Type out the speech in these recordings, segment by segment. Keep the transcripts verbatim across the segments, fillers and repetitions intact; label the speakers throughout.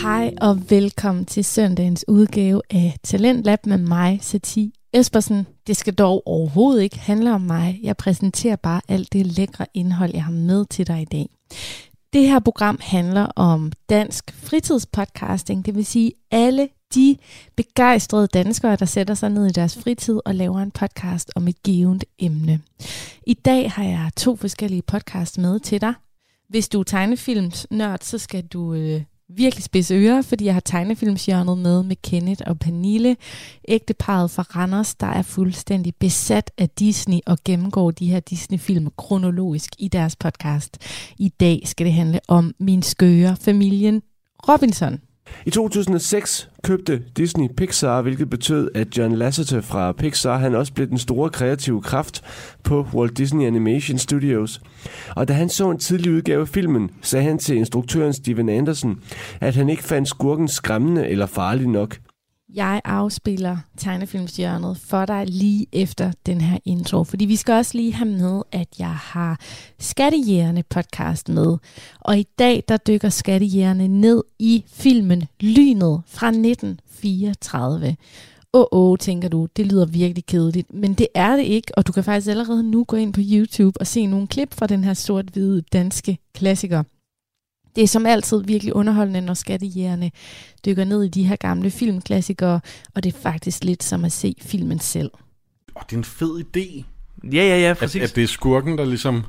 Speaker 1: Hej og velkommen til søndagens udgave af Talentlab med mig, Satie Espersen. Det skal dog overhovedet ikke handle om mig. Jeg præsenterer bare alt det lækre indhold, jeg har med til dig i dag. Det her program handler om dansk fritidspodcasting, det vil sige alle de begejstrede danskere, der sætter sig ned i deres fritid og laver en podcast om et givent emne. I dag har jeg to forskellige podcasts med til dig. Hvis du er tegnefilmsnørd, så skal du øh, virkelig spidse ører, fordi jeg har tegnefilmshjørnet med med Kenneth og Pernille, ægteparret fra Randers, der er fuldstændig besat af Disney og gennemgår de her Disney-film kronologisk i deres podcast. I dag skal det handle om min skøre familien Robinson.
Speaker 2: I to tusind og seks købte Disney Pixar, hvilket betød, at John Lasseter fra Pixar han også blev den store kreative kraft på Walt Disney Animation Studios. Og da han så en tidlig udgave af filmen, sagde han til instruktøren Steven Anderson, at han ikke fandt skurken skræmmende eller farlig nok.
Speaker 1: Jeg afspiller tegnefilmshjørnet for dig lige efter den her intro, fordi vi skal også lige have med, at jeg har Skattejægerne podcast med. Og i dag, der dykker Skattejægerne ned i filmen Lynet fra nitten fireogtredive. Åh, åh, tænker du, det lyder virkelig kedeligt, men det er det ikke, og du kan faktisk allerede nu gå ind på YouTube og se nogle klip fra den her sort-hvide danske klassiker. Det er som altid virkelig underholdende, når Skattejægerne dykker ned i de her gamle filmklassikere, og det er faktisk lidt som at se filmen selv.
Speaker 3: Oh, det er en fed idé.
Speaker 4: Ja, ja, ja, præcis.
Speaker 3: At, at det er skurken, der ligesom...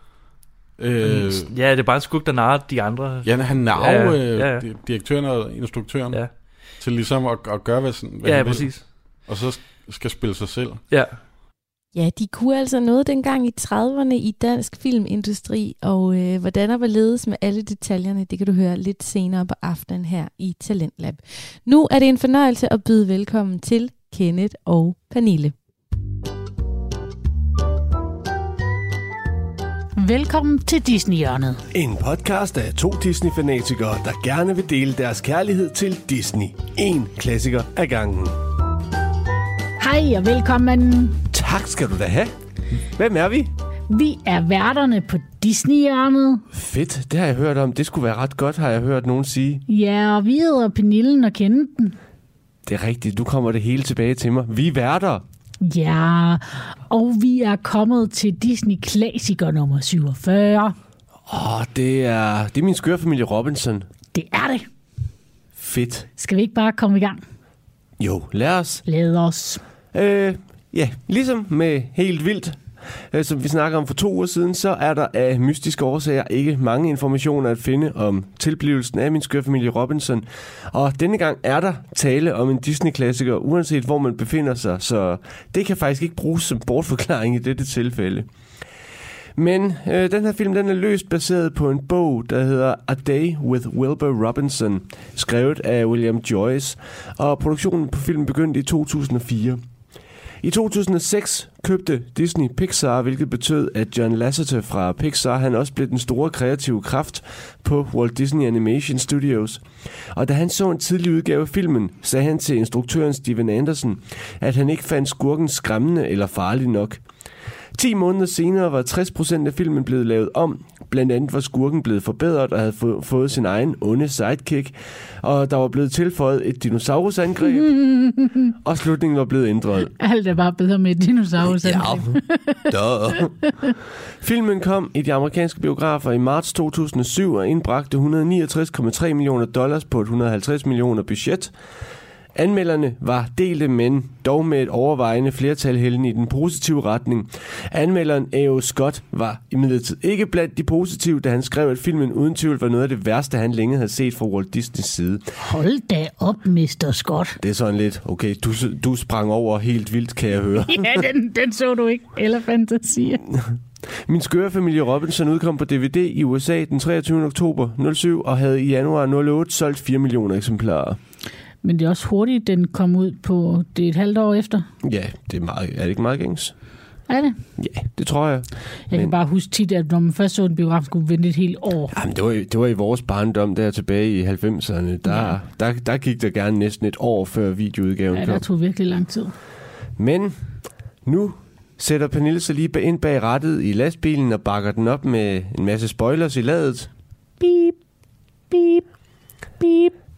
Speaker 3: Øh,
Speaker 4: ja, det er bare en skurk, der narrer de andre.
Speaker 3: Ja, han narrer
Speaker 4: ja,
Speaker 3: ja,
Speaker 4: ja, ja.
Speaker 3: øh, direktøren og instruktøren
Speaker 4: ja.
Speaker 3: til ligesom at, at gøre, hvad, sådan, hvad
Speaker 4: ja,
Speaker 3: han vil.
Speaker 4: præcis.
Speaker 3: Og så skal spille sig selv.
Speaker 4: Ja.
Speaker 1: Ja, de kunne altså noget dengang i trediverne i dansk filmindustri, og øh, hvordan der var ledes med alle detaljerne, det kan du høre lidt senere på aftenen her i Talentlab. Nu er det en fornøjelse at byde velkommen til Kenneth og Pernille.
Speaker 5: Velkommen til Disney-hjørnet.
Speaker 2: En podcast af to Disney-fanatikere, der gerne vil dele deres kærlighed til Disney. En klassiker ad gangen.
Speaker 5: Hej og velkommen.
Speaker 2: Tak skal du da have. Hvem er vi?
Speaker 5: Vi er værterne på Disney-hjørnet.
Speaker 2: Fedt, det har jeg hørt om. Det skulle være ret godt, har jeg hørt nogen sige.
Speaker 5: Ja, og vi hedder Pernille og Kenneth.
Speaker 2: Det er rigtigt, du kommer det hele tilbage til mig. Vi er værter.
Speaker 5: Ja, og vi er kommet til Disney-klassiker nummer syvogfyrre.
Speaker 2: Åh, det er, det er min skøre familie Robinson.
Speaker 5: Det er det.
Speaker 2: Fedt.
Speaker 5: Skal vi ikke bare komme i gang?
Speaker 2: Jo, lad os.
Speaker 5: Lad os.
Speaker 2: Øh, ja, ligesom med Helt Vildt, øh, som vi snakker om for to uger siden, så er der af mystiske årsager ikke mange informationer at finde om tilblivelsen af min skøre familie Robinson. Og denne gang er der tale om en Disney-klassiker, uanset hvor man befinder sig, så det kan faktisk ikke bruges som bortforklaring i dette tilfælde. Men øh, den her film den er løst baseret på en bog, der hedder A Day with Wilbur Robinson, skrevet af William Joyce, og produktionen på filmen begyndte i to tusind og fire. I to tusind og seks købte Disney Pixar, hvilket betød, at John Lasseter fra Pixar han også blev den store kreative kraft på Walt Disney Animation Studios. Og da han så en tidlig udgave af filmen, sagde han til instruktøren Steven Anderson, at han ikke fandt skurken skræmmende eller farlig nok. Ti måneder senere var tres procent af filmen blevet lavet om. Blandt andet var skurken blevet forbedret og havde få, fået sin egen onde sidekick. Og der var blevet tilføjet et dinosaurusangreb. Og slutningen var blevet ændret.
Speaker 5: Alt er bare bedre med et dinosaurusangreb.
Speaker 2: Ja, filmen kom i de amerikanske biografer i marts to tusind og syv og indbragte et hundrede og niogtres komma tre millioner dollars på et hundrede og halvtreds millioner budget. Anmelderne var delte, men dog med et overvejende flertal hælden i den positive retning. Anmelderen A O Scott var imidlertid ikke blandt de positive, da han skrev, at filmen uden tvivl var noget af det værste, han længe havde set fra Walt Disneys side.
Speaker 5: Hold da op, mister Scott.
Speaker 2: Det er sådan lidt, okay, du, du sprang over helt vildt, kan jeg høre.
Speaker 5: Ja, den, den så du ikke. Eller fantasier.
Speaker 2: Min skøre familie Robinson udkom på D V D i U S A den treogtyvende oktober nul syv og havde i januar nul otte solgt fire millioner eksemplarer.
Speaker 5: Men det er også hurtigt, den kom ud på det et halvt år efter.
Speaker 2: Ja, det er, meget, er det ikke meget gængs?
Speaker 5: Er det?
Speaker 2: Ja, det tror jeg.
Speaker 5: Jeg Men... kan bare huske tit, at når man først så en biograf, skulle vente et helt år.
Speaker 2: Jamen, det var, det var i vores barndom der tilbage i halvfemserne. Der, ja. der, der gik der gerne næsten et år før videoudgaven
Speaker 5: kom.
Speaker 2: Ja,
Speaker 5: der tog virkelig lang tid.
Speaker 2: Men nu sætter Pernille sig lige ind bag rattet i lastbilen og bakker den op med en masse spoilers i ladet.
Speaker 5: Beep, beep, beep.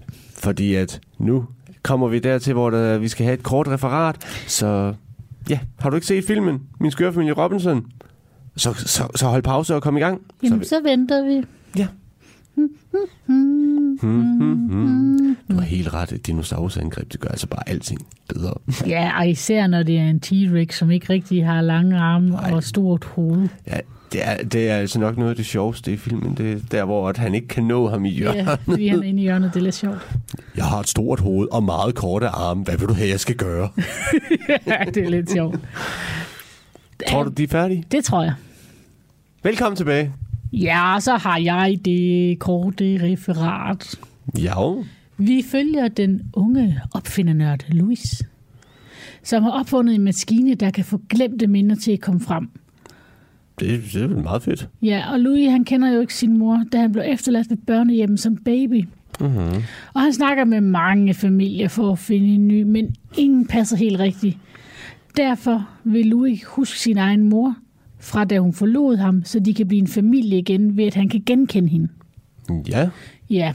Speaker 2: fordi at nu kommer vi dertil, hvor der, vi skal have et kort referat. Så ja, har du ikke set filmen, Min skøre familie Robinson? Så, så, så hold pause og kom i gang.
Speaker 5: Jamen,
Speaker 2: så,
Speaker 5: så venter vi.
Speaker 2: Ja. Hmm, hmm, hmm. Du har helt ret. Et dinosaurusangreb, det gør altså bare alting bedre.
Speaker 5: Ja, og især når det er en T-Rex, som ikke rigtig har lange arme Ej. og stort hoved.
Speaker 2: Ja, det er, det er altså nok noget af det sjoveste i filmen. Det er der, hvor at han ikke kan nå ham i hjørnet.
Speaker 5: Ja, fordi han er inde i hjørnet. Det er lidt sjovt.
Speaker 2: Jeg har et stort hoved og meget korte arme. Hvad vil du have, jeg skal gøre?
Speaker 5: Ja, det er lidt sjovt.
Speaker 2: Tror du, de er færdige?
Speaker 5: Det tror jeg.
Speaker 2: Velkommen tilbage.
Speaker 5: Ja, så har jeg det korte referat.
Speaker 2: Ja.
Speaker 5: Vi følger den unge opfindernørd Louis, som har opfundet en maskine, der kan få glemte minder til at komme frem.
Speaker 2: Det, det er meget fedt.
Speaker 5: Ja, og Louis, han kender jo ikke sin mor, da han blev efterladt ved børnehjemmet som baby.
Speaker 2: Mm-hmm.
Speaker 5: Og han snakker med mange familier for at finde en ny, men ingen passer helt rigtigt. Derfor vil Louis huske sin egen mor, fra da hun forlod ham, så de kan blive en familie igen, ved at han kan genkende hende.
Speaker 2: Ja.
Speaker 5: Ja.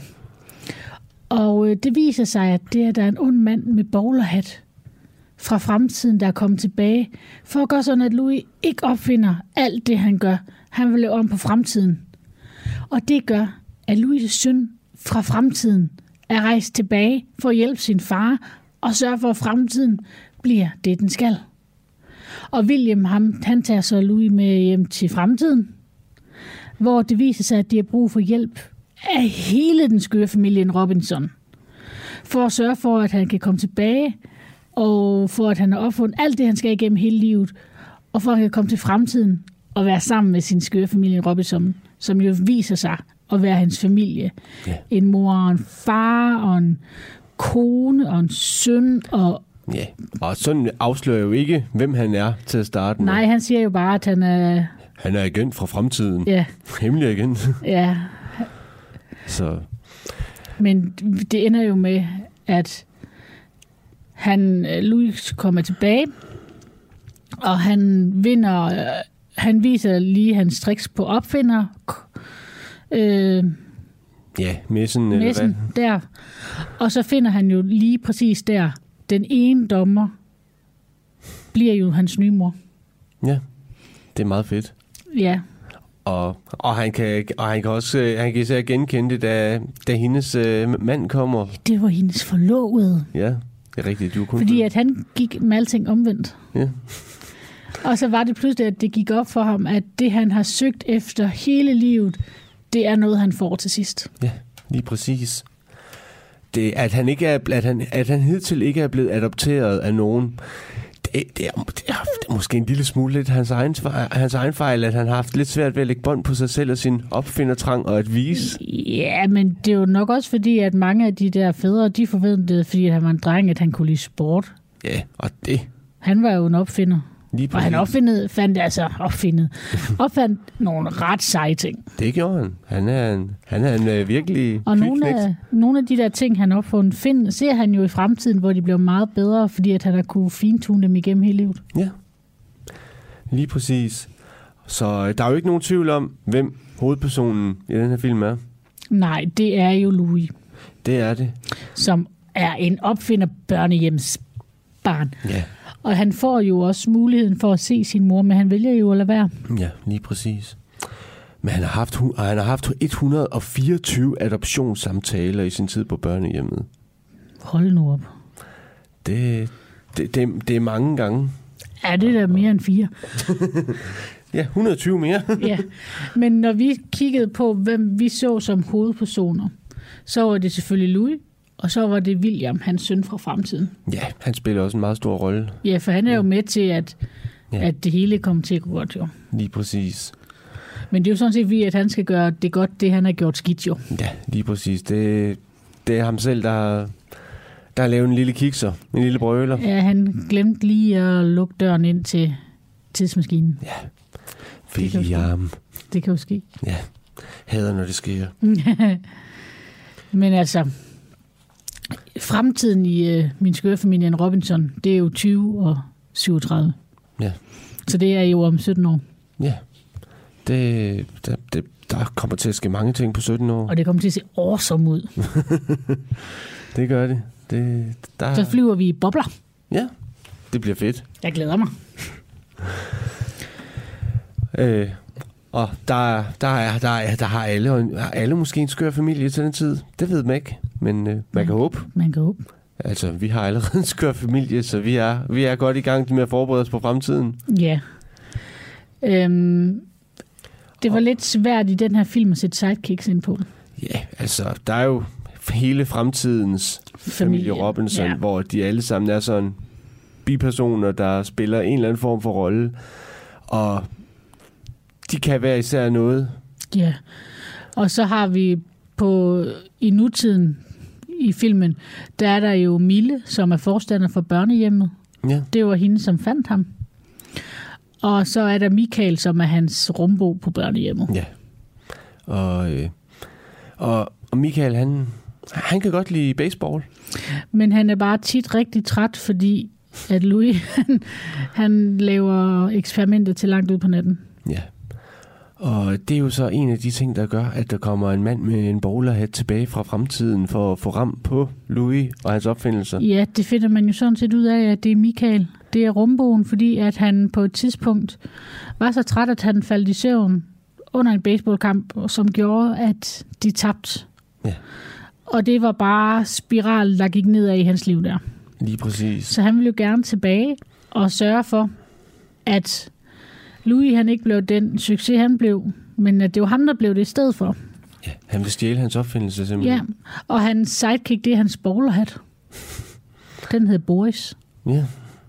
Speaker 5: Og øh, det viser sig, at det er der er en ond mand med bowlerhat fra fremtiden, der er kommet tilbage, for at gøre sådan, at Louis ikke opfinder alt det, han gør. Han vil lave om på fremtiden. Og det gør, at Louis' søn fra fremtiden er rejst tilbage for at hjælpe sin far og sørge for, at fremtiden bliver det, den skal. Og William, ham, han tager så Louis med hjem til fremtiden, hvor det viser sig, at de har brug for hjælp af hele den skøre familien Robinson, for at sørge for, at han kan komme tilbage, og for at han har opfundet alt det, han skal igennem hele livet, og for at han kan komme til fremtiden og være sammen med sin skøre familie Robinson, som jo viser sig at være hans familie.
Speaker 2: Ja.
Speaker 5: En mor og en far og en kone og en søn og
Speaker 2: Ja, og sådan afslører jo ikke, hvem han er til at starte med.
Speaker 5: Nej, han siger jo bare, at han er...
Speaker 2: Han er agent fra fremtiden.
Speaker 5: Ja.
Speaker 2: Hemmelig agent.
Speaker 5: Ja.
Speaker 2: Så.
Speaker 5: Men det ender jo med, at han, Louis kommer tilbage, og han vinder... Han viser lige hans tricks på opfinder. Øh,
Speaker 2: Ja, messen.
Speaker 5: messen der. Og så finder han jo lige præcis der, den ene dommer bliver jo hans nye mor.
Speaker 2: Ja, det er meget fedt.
Speaker 5: Ja.
Speaker 2: Og, og, han, kan, og han kan også han kan især genkende det, da, da hendes øh, mand kommer.
Speaker 5: Det var hendes forlovede.
Speaker 2: Ja, det er rigtigt. Du kun
Speaker 5: Fordi at han gik med alting omvendt.
Speaker 2: Ja.
Speaker 5: Og så var det pludselig, at det gik op for ham, at det, han har søgt efter hele livet, det er noget, han får til sidst.
Speaker 2: Ja, lige præcis. Det, at, han ikke er, at, han, at han hidtil ikke er blevet adopteret af nogen, det, det, er, det, er, det er måske en lille smule lidt hans egen, hans egen fejl, at han har haft lidt svært ved at lægge bånd på sig selv og sin opfindertrang og at vise.
Speaker 5: Ja, men det er jo nok også fordi, at mange af de der fædre, de forventede, fordi han var en dreng, at han kunne lide sport.
Speaker 2: Ja, og det.
Speaker 5: Han var jo en opfinder.
Speaker 2: Lige
Speaker 5: og han opfindet, fandt altså opfindet, opfandt nogle ret seje ting.
Speaker 2: Det gjorde han. Han er en, han er en uh, virkelig
Speaker 5: Og nogle af, nogle af de der ting, han opfundet, find, ser han jo i fremtiden, hvor de bliver meget bedre, fordi at han har kunne fintune dem igennem hele livet.
Speaker 2: Ja, lige præcis. Så der er jo ikke nogen tvivl om, hvem hovedpersonen i den her film er.
Speaker 5: Nej, det er jo Louis.
Speaker 2: Det er det.
Speaker 5: Som er en opfinder børnehjemsbarn.
Speaker 2: Ja.
Speaker 5: Og han får jo også muligheden for at se sin mor, men han vælger jo at lade være.
Speaker 2: Ja, lige præcis. Men han har haft, han har haft et hundrede og fireogtyve adoptionssamtaler i sin tid på børnehjemmet.
Speaker 5: Hold nu op.
Speaker 2: Det, det, det, det er mange gange.
Speaker 5: Ja, det er da mere end fire.
Speaker 2: Ja, et hundrede og tyve mere.
Speaker 5: Ja, men når vi kiggede på, hvem vi så som hovedpersoner, så var det selvfølgelig Louis, og så var det William, hans søn fra fremtiden.
Speaker 2: Ja, han spiller også en meget stor rolle.
Speaker 5: Ja, for han er jo med til, at, ja. at det hele kommer til at gå godt, jo.
Speaker 2: Lige præcis.
Speaker 5: Men det er jo sådan set, at han skal gøre det godt, det han har gjort skidt, jo.
Speaker 2: Ja, lige præcis. Det, det er ham selv, der har, der har lavet en lille kikser, en lille brøler.
Speaker 5: Ja, han glemte lige at lukke døren ind til tidsmaskinen.
Speaker 2: Ja, William.
Speaker 5: Det kan jo ske.
Speaker 2: Ja, hader, når det sker.
Speaker 5: Men altså, fremtiden i uh, min skøre familie Robinson, det er jo tyve og syvogtredive.
Speaker 2: Ja.
Speaker 5: Så det er jo om sytten år.
Speaker 2: Ja, det, der, det, der kommer til at ske mange ting på sytten år.
Speaker 5: Og det kommer til at se awesome ud.
Speaker 2: det gør det. det der...
Speaker 5: Så flyver vi i bobler.
Speaker 2: Ja, det bliver fedt.
Speaker 5: Jeg glæder mig.
Speaker 2: Øh, og der, der, er, der, er, der har alle, har alle måske en skør familie til den tid. Det ved man ikke, men øh, man, man kan håbe.
Speaker 5: Man kan håbe.
Speaker 2: Altså, vi har allerede en skør familie, så vi er, vi er godt i gang med at forberede os på fremtiden.
Speaker 5: Ja. Øhm, det var og... lidt svært i den her film at sætte sidekicks ind på.
Speaker 2: Ja, altså, der er jo hele fremtidens familie, familie Robinson, ja. Hvor de alle sammen er sådan bipersoner, der spiller en eller anden form for rolle. Og de kan være især noget. Ja,
Speaker 5: og så har vi på i nutiden i filmen, der er der jo Mille, som er forstander for børnehjemmet. Ja. Det var hende, som fandt ham. Og så er der Michael, som er hans rumbo på børnehjemmet.
Speaker 2: Ja, og, øh, og, og Michael, han, han kan godt lide baseball.
Speaker 5: Men han er bare tit rigtig træt, fordi at Louis, han, han laver eksperimenter til langt ud på natten.
Speaker 2: Ja, og det er jo så en af de ting, der gør, at der kommer en mand med en bowlerhat tilbage fra fremtiden for at få ram på Louis og hans opfindelser.
Speaker 5: Ja, det finder man jo sådan set ud af, at det er Michael. Det er rumboen, fordi at han på et tidspunkt var så træt, at han faldt i søvn under en baseballkamp, som gjorde, at de tabte. Ja. Og det var bare spiralen, der gik nedad i hans liv der.
Speaker 2: Lige præcis.
Speaker 5: Så han ville jo gerne tilbage og sørge for, at Louis han ikke blev den succes, han blev, men at det var ham, der blev det i stedet for.
Speaker 2: Ja, han vil stjæle hans opfindelse simpelthen.
Speaker 5: Ja, og hans sidekick, det er hans bowlerhat. Den hedder Boris.
Speaker 2: Ja.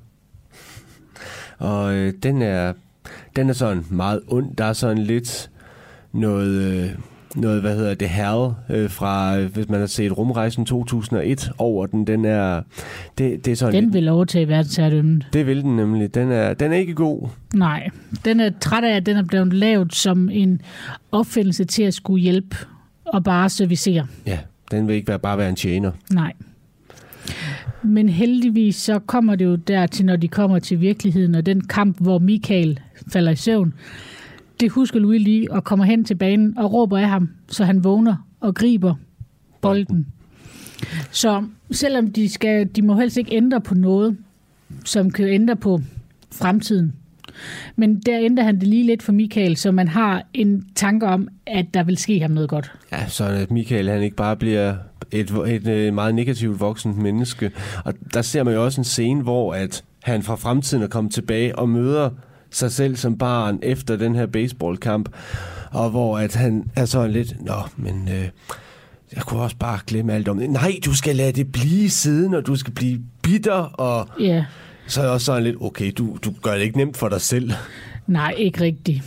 Speaker 2: Og øh, den er den er sådan meget ond. Der er sådan lidt noget, øh, noget hvad hedder det, Hal øh, fra, øh, hvis man har set Rumrejsen to tusind og et over den. Den er, det, det er sådan
Speaker 5: den
Speaker 2: lidt,
Speaker 5: vil overtage verdensherredømmet.
Speaker 2: Det vil den nemlig. Den er, den er ikke god.
Speaker 5: Nej, den er træt af, at den er blevet lavet som en opfindelse til at skulle hjælpe og bare servicere.
Speaker 2: Ja, den vil ikke være, bare være en tjener.
Speaker 5: Nej. Men heldigvis så kommer det jo dertil, når de kommer til virkeligheden, og den kamp, hvor Michael falder i søvn, det husker Louis lige og kommer hen til banen og råber af ham, så han vågner og griber bolden. Så selvom de skal, de må helst ikke ændre på noget, som kan ændre på fremtiden. Men der ændrer han det lige lidt for Michael, så man har en tanke om, at der vil ske ham noget godt.
Speaker 2: Ja, så at Michael han ikke bare bliver et, et, et meget negativt voksent menneske. Og der ser man jo også en scene, hvor at han fra fremtiden er kommet tilbage og møder sig selv som barn efter den her baseballkamp. Og hvor at han er sådan lidt, nå, men øh, jeg kunne også bare glemme alt om det. Nej, du skal lade det blive siden, og du skal blive bitter, og yeah. Så er jeg også sådan lidt, okay, du, du gør det ikke nemt for dig selv.
Speaker 5: Nej, ikke rigtigt.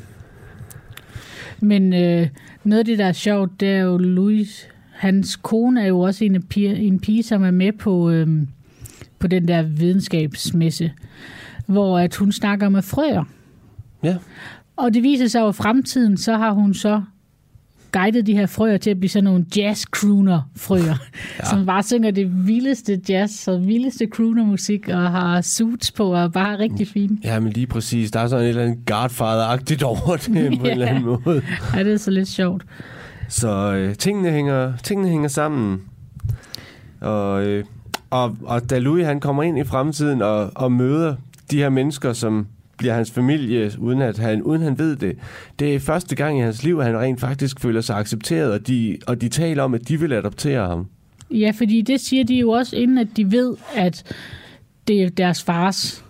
Speaker 5: Men øh, noget af det, der er sjovt, det er jo Louis. Hans kone er jo også en, pige, en pige, som er med på, øh, på den der videnskabsmesse, hvor at hun snakker med frøer.
Speaker 2: Ja.
Speaker 5: Og det viser sig jo, at i fremtiden, så har hun så guidet de her frøer til at blive sådan nogle jazz-crooner-frøer, ja. Som bare synger det vildeste jazz og vildeste crooner-musik og har suits på og bare er rigtig fine.
Speaker 2: Ja, men lige præcis. Der er sådan et eller andet Godfather-agtigt over det ja. På en eller anden måde.
Speaker 5: Ja, det er så lidt sjovt.
Speaker 2: Så øh, tingene, hænger, tingene hænger sammen. Og, øh, og, og da Louis han kommer ind i fremtiden og, og møder de her mennesker, som bliver hans familie, uden at han, uden han ved det. Det er første gang i hans liv, at han rent faktisk føler sig accepteret, og de, og de taler om, at de vil adoptere ham.
Speaker 5: Ja, fordi det siger de jo også, inden at de ved, at det er deres fars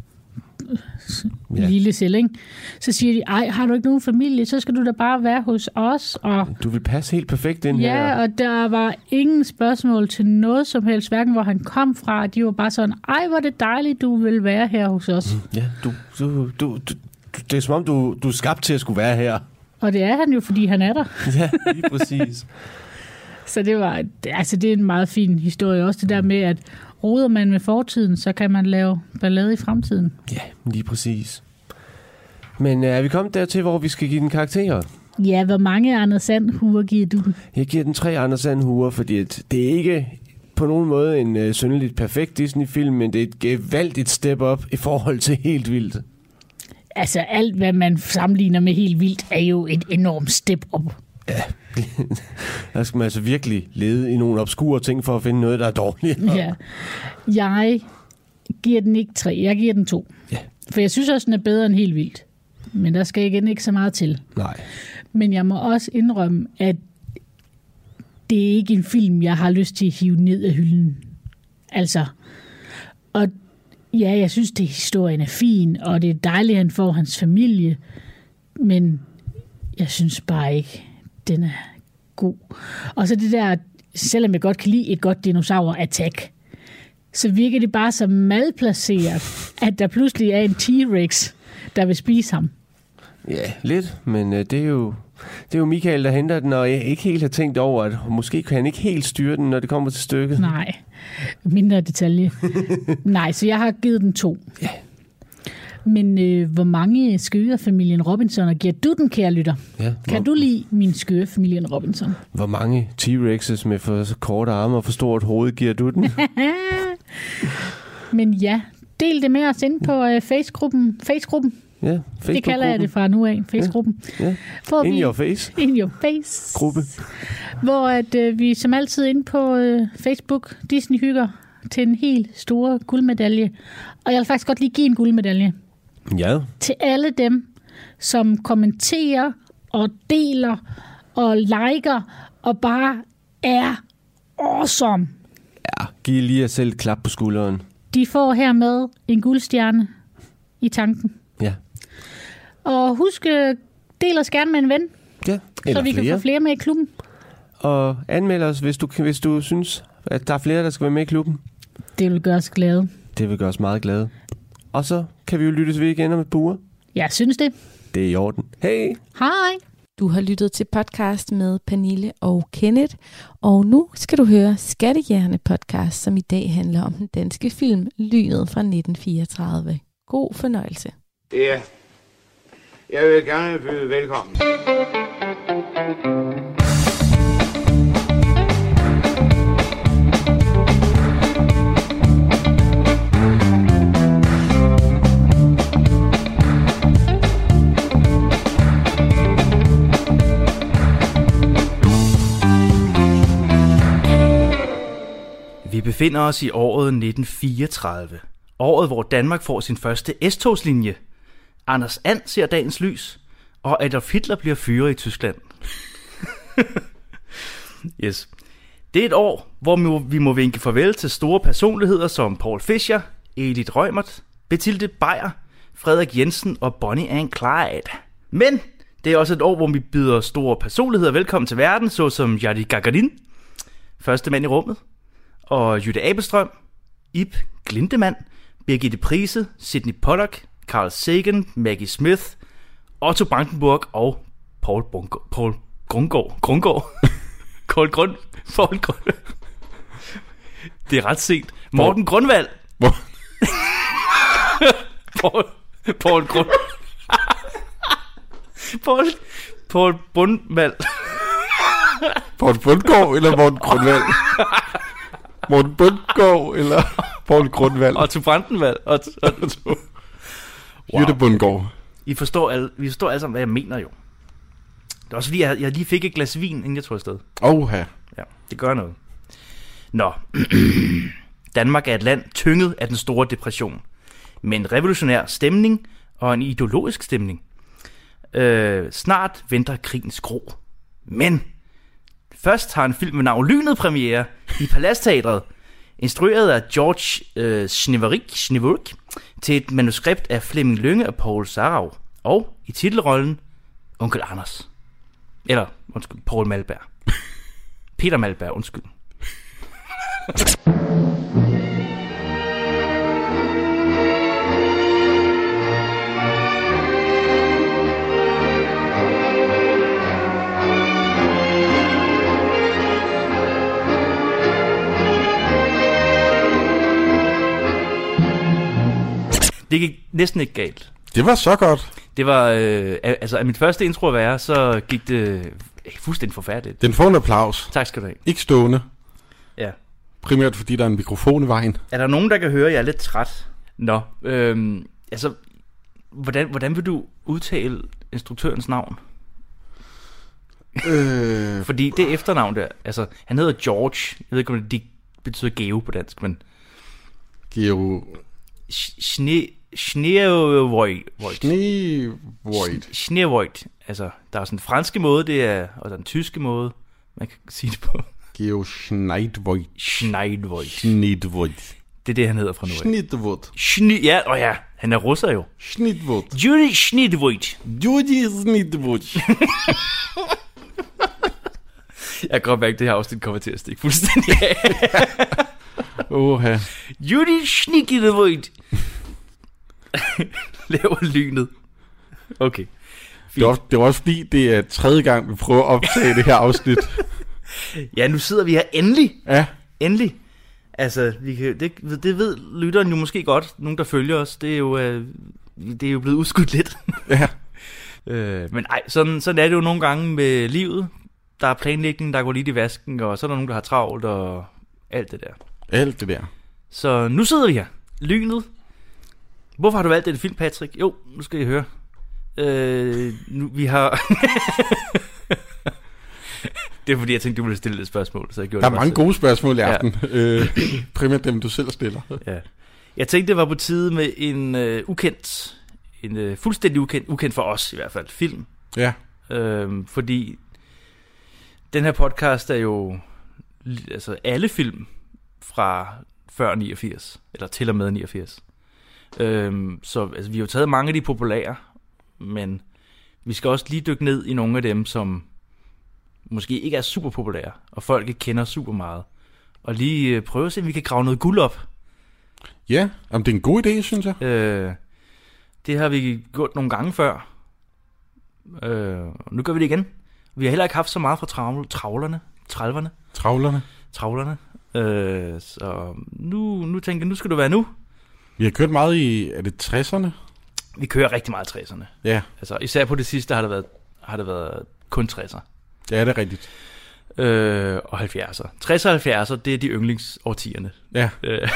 Speaker 5: ja. lille selv, ikke? Så siger de, ej, har du ikke nogen familie, så skal du da bare være hos os. Og
Speaker 2: du vil passe helt perfekt ind
Speaker 5: ja,
Speaker 2: her.
Speaker 5: Ja, og der var ingen spørgsmål til noget som helst, hverken hvor han kom fra. De var bare sådan, ej, hvor er det dejligt, du vil være her hos os.
Speaker 2: Ja, du, du, du, du, det er som om, du, du er skabt til at skulle være her.
Speaker 5: Og det er han jo, fordi han er der.
Speaker 2: Ja, lige præcis.
Speaker 5: Så det var, altså det er en meget fin historie. Også det der med, at roder man med fortiden, så kan man lave ballade i fremtiden.
Speaker 2: Ja, lige præcis. Men er vi kommet dertil, hvor vi skal give den karakterer?
Speaker 5: Ja, hvor mange Anders Sand-huer giver du den?
Speaker 2: Jeg giver den tre Anders Sand-huer, fordi det er ikke på nogen måde en uh, synderligt perfekt Disney-film, men det er et gevaldigt step up i forhold til Helt Vildt.
Speaker 5: Altså alt, hvad man sammenligner med Helt Vildt, er jo et enormt step up.
Speaker 2: Ja, der skal man altså virkelig lede i nogle obskure ting for at finde noget, der er dårligt.
Speaker 5: Ja. Jeg giver den ikke tre, jeg giver den to.
Speaker 2: Ja.
Speaker 5: For jeg synes også, den er bedre end Helt Vildt. Men der skal igen ikke så meget til.
Speaker 2: Nej.
Speaker 5: Men jeg må også indrømme, at det er ikke en film, jeg har lyst til at hive ned af hylden. Altså, og ja, jeg synes, at historien er fin, og det er dejligt, at han får hans familie, men jeg synes bare ikke, den er god. Og så det der, selvom jeg godt kan lide et godt dinosaur-attack, så virker det bare så malplaceret, at der pludselig er en T-Rex, der vil spise ham.
Speaker 2: Ja, lidt, men øh, det er jo det er jo Michael, der henter den, og jeg ikke helt har tænkt over, at måske kan han ikke helt styre den, når det kommer til stykket.
Speaker 5: Nej, mindre detalje. Nej, så jeg har givet den to.
Speaker 2: Ja.
Speaker 5: Men øh, hvor mange skøre familien Robinson giver du den, kære lytter?
Speaker 2: Ja,
Speaker 5: kan
Speaker 2: hvor,
Speaker 5: du lide min skøre familien Robinson?
Speaker 2: Hvor mange T-Rexes med for så korte arme og for stort hoved giver du den?
Speaker 5: Men ja, del det med os inde på øh, Face-gruppen. Face-gruppen.
Speaker 2: Ja,
Speaker 5: det kalder jeg det fra nu af, Face-gruppen.
Speaker 2: Ja, ja. In your face.
Speaker 5: In your face.
Speaker 2: Gruppe.
Speaker 5: Hvor at, øh, vi som altid inde på øh, Facebook, Disney hygger til en helt store guldmedalje. Og jeg vil faktisk godt lige give en guldmedalje.
Speaker 2: Ja.
Speaker 5: Til alle dem, som kommenterer og deler og liker og bare er awesome.
Speaker 2: Ja, giv lige jer selv et klap på skulderen.
Speaker 5: De får hermed en guldstjerne i tanken.
Speaker 2: Ja.
Speaker 5: Og husk, del os gerne med en ven,
Speaker 2: ja,
Speaker 5: så vi
Speaker 2: flere.
Speaker 5: kan få flere med i klubben.
Speaker 2: Og anmeld os, hvis du, hvis du synes, at der er flere, der skal være med i klubben.
Speaker 5: Det vil gøre os glade.
Speaker 2: Det vil gøre os meget glade. Og så kan vi jo lyttes ved igen om et par uger.
Speaker 5: Jeg synes det.
Speaker 2: Det er i orden. Hej!
Speaker 5: Hej!
Speaker 1: Du har lyttet til podcast med Pernille og Kenneth, og nu skal du høre Skattejægerne podcast, som i dag handler om den danske film Lynet fra nitten fireogtredive. God fornøjelse.
Speaker 6: Ja, jeg vil gerne byde velkommen.
Speaker 4: Vi befinder os i året nitten fireogtredive. Året, hvor Danmark får sin første S-togslinje. Anders And ser dagens lys, og Adolf Hitler bliver fyret i Tyskland. Yes. Det er et år, hvor vi må vinke farvel til store personligheder som Paul Fischer, Edith Reumert, Bethilde Beyer, Frederik Jensen og Bonnie and Clyde. Men det er også et år, hvor vi byder store personligheder velkommen til verden, såsom Yari Gagarin, første mand i rummet, og Jytte Abelstrøm, Ib Glindemann, Birgitte Prise, Sidney Pollack, Carl Sagan, Maggie Smith, Otto Brandenburg og Paul Bungo, Paul Grundgaard. Grundgaard. Paul Grund. Paul Grund. Det er ret sent. Morten Grundvald.
Speaker 3: Hvor?
Speaker 4: Paul, Paul Grund. Paul, Paul Bundvald.
Speaker 3: Paul Bundgaard eller Morten Grundvald? Morten Bundgaard eller Paul Grundvald?
Speaker 4: Otto Brandenvald. Otto, Otto.
Speaker 3: Wow. Jytte Bundgaard.
Speaker 4: I forstår alle, vi forstår alle sammen, hvad jeg mener jo. Det er også fordi, jeg, jeg lige fik et glas vin, inden jeg tog afsted.
Speaker 3: Oha.
Speaker 4: Ja, det gør noget. Nå. Danmark er et land tynget af den store depression. Med en revolutionær stemning og en ideologisk stemning. Øh, snart venter krigens gro. Men først har en film med navn Lynet premiere i Paladsteatret, instrueret af George øh, Schneeverik til et manuskript af Flemming Lynge og Paul Sarau. Og i titelrollen Onkel Anders. Eller, undskyld, Paul Malberg. Peter Malberg, undskyld. Det gik næsten ikke galt.
Speaker 3: Det var så godt.
Speaker 4: Det var, øh, altså af mit første intro at være, så gik det øh, fuldstændig forfærdeligt.
Speaker 3: Den får en applaus.
Speaker 4: Tak skal du have.
Speaker 3: Ikke stående.
Speaker 4: Ja.
Speaker 3: Primært fordi der er en mikrofon i vejen.
Speaker 4: Er der nogen, der kan høre, at jeg er lidt træt? Nå, øhm, altså, hvordan, hvordan vil du udtale instruktørens navn?
Speaker 3: Øh,
Speaker 4: Fordi det efternavn der, altså, han hedder George. Jeg ved ikke, om det betyder Geo på dansk, men...
Speaker 3: Geo...
Speaker 4: Schne... Schneevoid.
Speaker 3: Schneevoid.
Speaker 4: Schneevoid. Altså, der er sådan en franske måde, det er, og der er en tyske måde, man kan sige det på.
Speaker 3: Geo Schneidvoid.
Speaker 4: Schneidvoid.
Speaker 3: Schneidvoid.
Speaker 4: Det er det, han hedder fra nu af.
Speaker 3: Schneidvoid.
Speaker 4: Schne... Ja, åh ja, han er russer jo.
Speaker 3: Schneidvoid.
Speaker 4: Judy Schneidvoid.
Speaker 3: Judy Schneidvoid.
Speaker 4: Jeg kan godt mærke, at det her afsnit kommer til at stikke fuldstændig af.
Speaker 3: Oha.
Speaker 4: Judy Schneidvoid. Laver lynet. Okay.
Speaker 3: Det er, også, det er også fordi, det er tredje gang, vi prøver at optage det her afsnit.
Speaker 4: Ja, nu sidder vi her endelig.
Speaker 3: Ja.
Speaker 4: Endelig. Altså, vi kan, det, det ved lytteren jo måske godt, nogen der følger os. Det er jo, øh, det er jo blevet udskudt lidt.
Speaker 3: Ja.
Speaker 4: øh, men ej, sådan, sådan er det jo nogle gange med livet. Der er planlægning, der går lidt i vasken, og så er der nogen, der har travlt, og alt det der.
Speaker 3: Alt det der.
Speaker 4: Så nu sidder vi her. Lynet. Hvorfor har du valgt den film, Patrick? Jo, nu skal I høre. Øh, nu, vi har... Det er fordi, jeg tænkte, du ville stille et spørgsmål, så jeg gjorde
Speaker 3: Der er
Speaker 4: det
Speaker 3: mange
Speaker 4: selv.
Speaker 3: gode spørgsmål i aften. Ja. Øh, primært dem, du selv stiller.
Speaker 4: Ja. Jeg tænkte, det var på tide med en øh, ukendt, en øh, fuldstændig ukendt, ukendt for os i hvert fald, film.
Speaker 3: Ja.
Speaker 4: Øhm, fordi den her podcast er jo altså alle film fra før niogfirs, eller til og med niogfirs. Øhm, så altså, vi har jo taget mange af de populære, men vi skal også lige dykke ned i nogle af dem, som måske ikke er super populære, og folk ikke kender super meget. Og lige øh, prøve at se, om vi kan grave noget guld op.
Speaker 3: Ja, om det er en god idé, synes jeg.
Speaker 4: Øh, det har vi gjort nogle gange før. Øh, nu gør vi det igen. Vi har heller ikke haft så meget fra travl, travlerne, tralverne,
Speaker 3: Travlerne.
Speaker 4: travlerne. Øh, så nu, nu tænker jeg, nu skal du være nu.
Speaker 3: Vi har kørt meget i, er det tresserne?
Speaker 4: Vi kører rigtig meget tresserne.
Speaker 3: Ja,
Speaker 4: Altså, især på det sidste har det været, har det været kun tresser.
Speaker 3: det er det rigtigt.
Speaker 4: Øh, og halvfjerdser. tres og halvfjerdser, det er de yndlingsårtierne.
Speaker 3: Ja,
Speaker 4: Øh,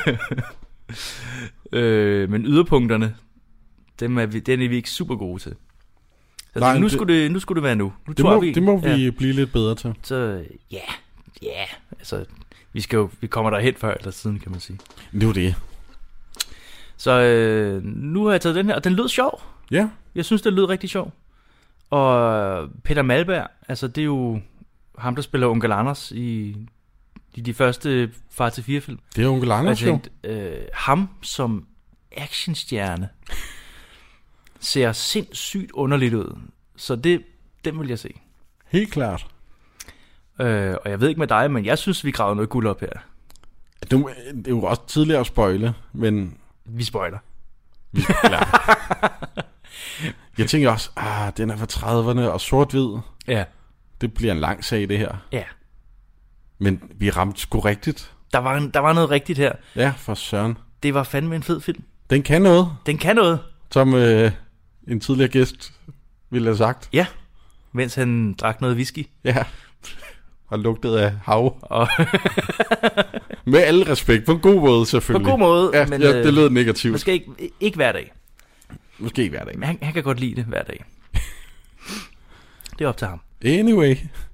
Speaker 4: øh, men yderpunkterne, dem er vi, den er vi ikke super gode til. Så
Speaker 3: Nej,
Speaker 4: nu,
Speaker 3: det-
Speaker 4: skulle det, nu skulle det være nu. Nu
Speaker 3: det
Speaker 4: tror
Speaker 3: må,
Speaker 4: vi,
Speaker 3: det må vi
Speaker 4: ja,
Speaker 3: blive lidt bedre til.
Speaker 4: så ja, ja, altså vi skal jo, vi kommer derhen før eller siden, kan man sige.
Speaker 3: Det er jo det.
Speaker 4: Så øh, nu har jeg taget den her, og den lød sjov.
Speaker 3: Ja,
Speaker 4: Jeg synes, det lød rigtig sjov. Og Peter Malberg, altså det er jo ham, der spiller Onkel Anders i, i de første Far til fire film.
Speaker 3: det er onkel
Speaker 4: Og jeg
Speaker 3: Anders jo.
Speaker 4: tænkte, øh, ham som actionstjerne ser sindssygt underligt ud. Så det, den vil jeg se.
Speaker 3: Helt klart.
Speaker 4: Øh, og jeg ved ikke med dig, men jeg synes, vi gravede noget guld op her.
Speaker 3: Det er jo- det er jo også tidligere at spoile, men
Speaker 4: Vi spoiler.
Speaker 3: vi er klar. Jeg tænker også, ah, den er fra trediverne og sort-hvid.
Speaker 4: Ja.
Speaker 3: Det bliver en lang sag, det her.
Speaker 4: Ja.
Speaker 3: Men vi ramte sgu rigtigt.
Speaker 4: Der var, en, der var noget rigtigt her.
Speaker 3: Ja, for søren.
Speaker 4: Det var fandme en fed film.
Speaker 3: Den kan noget,
Speaker 4: Den kan noget.
Speaker 3: som øh, en tidligere gæst ville have sagt.
Speaker 4: Ja. Mens han drak noget whisky.
Speaker 3: Ja. Og lugtede af hav.
Speaker 4: Og
Speaker 3: Med alle respekt. På en god måde,
Speaker 4: på
Speaker 3: selvfølgelig.
Speaker 4: god måde.
Speaker 3: Ja,
Speaker 4: men,
Speaker 3: ja, det lød
Speaker 4: øh,
Speaker 3: negativt.
Speaker 4: måske ikke, ikke hver dag.
Speaker 3: Måske ikke hver dag.
Speaker 4: Men han, han kan godt lide det hver dag. Det er op til ham.
Speaker 3: Anyway.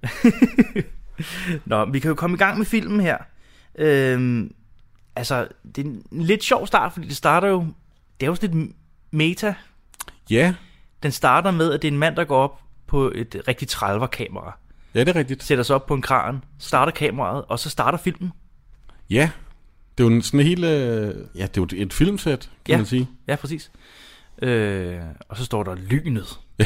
Speaker 4: Nå, vi kan jo komme i gang med filmen her. Øhm, altså, det er en lidt sjov start, fordi det starter jo... Det er jo sådan lidt meta.
Speaker 3: Ja,
Speaker 4: Den starter med, at det er en mand, der går op på et rigtig trælverkamera.
Speaker 3: ja, det er rigtigt.
Speaker 4: Sætter sig op på en kran, starter kameraet, og så starter filmen.
Speaker 3: Ja. Det er jo en sådan helt... Øh, ja, det er jo et filmsæt, kan
Speaker 4: Ja.
Speaker 3: man sige.
Speaker 4: Ja, præcis. Øh, og så står der lynet.
Speaker 3: Ja.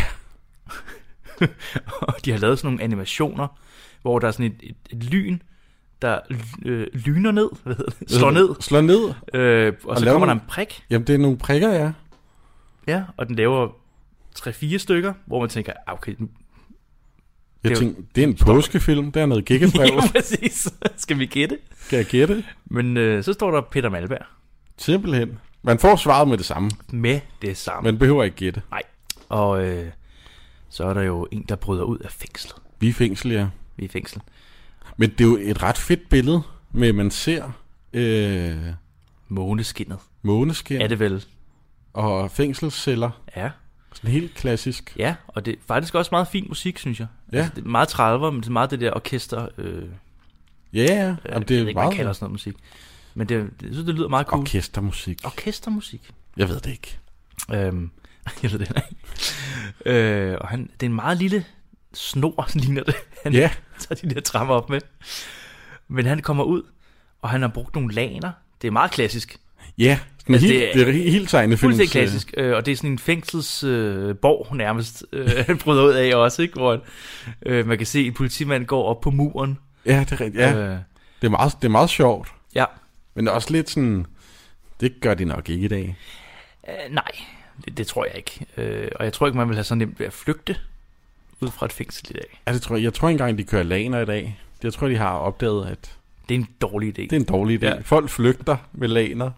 Speaker 4: Og de har lavet sådan nogle animationer, hvor der er sådan et, et, et lyn, der øh, lyner ned, hvad hedder det? Slår ned,
Speaker 3: Slår ned.
Speaker 4: øh, og, og så
Speaker 3: laver
Speaker 4: kommer der
Speaker 3: nogle-
Speaker 4: en prik.
Speaker 3: Jamen, det er nogle prikker, ja.
Speaker 4: Ja, og den laver tre-fire stykker, hvor man tænker, ah, okay, nu...
Speaker 3: Jeg
Speaker 4: Det er jo-
Speaker 3: tænkte, det er en påskefilm. Der er noget gækkebrev.
Speaker 4: Ja, præcis. Skal vi gætte?
Speaker 3: Kan jeg gætte?
Speaker 4: Men øh, så står der Peter Malberg
Speaker 3: Simpelthen. Man får svaret med det samme.
Speaker 4: med det samme.
Speaker 3: Man behøver ikke gætte.
Speaker 4: Og øh, så er der jo en, der bryder ud af fængslet.
Speaker 3: Vi er i fængsel, ja.
Speaker 4: Vi er i fængsel.
Speaker 3: Men det er jo et ret fedt billede, med at man ser øh,
Speaker 4: Måneskinnet.
Speaker 3: måneskin
Speaker 4: Er det vel?
Speaker 3: og fængselsceller.
Speaker 4: Ja.
Speaker 3: Sådan helt klassisk.
Speaker 4: Ja, og det er faktisk også meget fin musik, synes jeg.
Speaker 3: Ja.
Speaker 4: Altså, det er meget trediver, men det er meget det der orkester... Øh,
Speaker 3: Ja, ja.
Speaker 4: jeg
Speaker 3: Jamen,
Speaker 4: ved
Speaker 3: det er
Speaker 4: ikke, man
Speaker 3: meget
Speaker 4: kalder sådan noget musik. Men det, det, jeg synes, det lyder meget cool.
Speaker 3: orkestermusik.
Speaker 4: Orkestermusik.
Speaker 3: Jeg ved det ikke.
Speaker 4: Øhm, jeg ved det ikke. Øh, og han, det er en meget lille snor, ligner det. Han
Speaker 3: Ja.
Speaker 4: tager de der trapper op med. Men han kommer ud, og han har brugt nogle laner. Det er meget klassisk.
Speaker 3: Ja, sådan
Speaker 4: Altså,
Speaker 3: helt,
Speaker 4: det er-
Speaker 3: det er helt tegnefilms.
Speaker 4: Fuldstændig klassisk. Øh, og det er sådan en fængselsborg øh, borg nærmest, øh, han bryder ud af også, ikke? Hvor øh, man kan se, at en politimand går op på muren.
Speaker 3: Ja, det er rigtigt. Ja,
Speaker 4: Øh,
Speaker 3: det er meget, det er meget sjovt.
Speaker 4: ja.
Speaker 3: Men det er også lidt sådan, det gør de nok ikke i dag.
Speaker 4: Øh, nej, det, det tror jeg ikke. Øh, og jeg tror ikke, man vil have så nemt ved at flygte ud fra et fængsel i dag.
Speaker 3: Altså, jeg tror, jeg tror ikke engang, de kører laner i dag. Jeg tror, de har opdaget, at
Speaker 4: Det er en dårlig idé.
Speaker 3: det er en dårlig idé.
Speaker 4: Ja.
Speaker 3: Ja. Folk flygter med laner.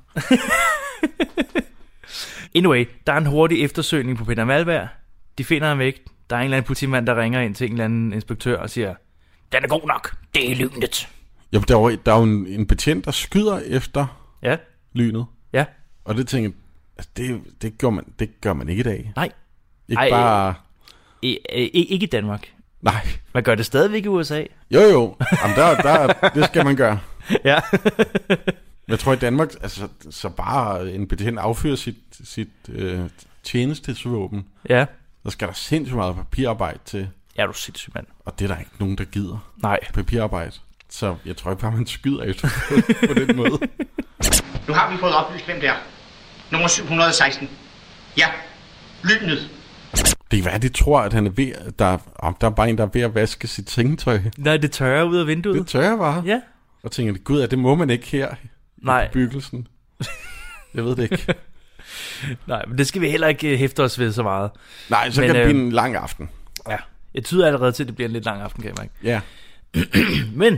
Speaker 4: Anyway, der er en hurtig eftersøgning på Peter Malberg. De finder ham væk. Der er en eller anden politimand, der ringer ind til en eller anden inspektør og siger, den er god nok, det er lynet.
Speaker 3: Jo, der er jo, der er jo en, en betjent, der skyder efter
Speaker 4: Ja,
Speaker 3: lynet.
Speaker 4: ja,
Speaker 3: Og det tænker jeg, altså, det, det, gør man, det gør man ikke i dag.
Speaker 4: nej.
Speaker 3: Ikke
Speaker 4: Ej,
Speaker 3: bare...
Speaker 4: I, I, ikke i Danmark.
Speaker 3: Nej.
Speaker 4: Man gør det stadigvæk i U S A.
Speaker 3: Jo, jo. Jamen, der, der, det skal man gøre.
Speaker 4: Ja.
Speaker 3: Men jeg tror i Danmark, altså, så bare en betjent affyrer sit, sit øh, tjenestesvåben.
Speaker 4: Ja.
Speaker 3: Der skal der sindssygt meget papirarbejde til.
Speaker 4: Ja, du er sindssygt, mand.
Speaker 3: Og det er der ikke nogen, der gider.
Speaker 4: Nej.
Speaker 3: Papirarbejde. Så jeg tror ikke bare, man skyder efter på den måde.
Speaker 7: Nu har vi fået oplyst, hvem det er. Nummer syv hundrede og seksten. Ja, lynet.
Speaker 3: Det kan være, de tror, at han er ved, der, om der er bare en, der er ved at vaske sit sengetøj.
Speaker 4: Nej, det tørrer ud af vinduet.
Speaker 3: Det tør jeg bare.
Speaker 4: Ja.
Speaker 3: Og tænker, gud, det må man ikke her
Speaker 4: Nej.
Speaker 3: i bebyggelsen. Jeg ved det ikke.
Speaker 4: Nej, men det skal vi heller ikke øh, hæfte os ved så meget.
Speaker 3: Nej, så
Speaker 4: Men,
Speaker 3: kan det
Speaker 4: øh,
Speaker 3: blive en lang aften.
Speaker 4: Ja. Jeg tyder allerede til, at det bliver en lidt lang aften, kan jeg mærke.
Speaker 3: Ja.
Speaker 4: Men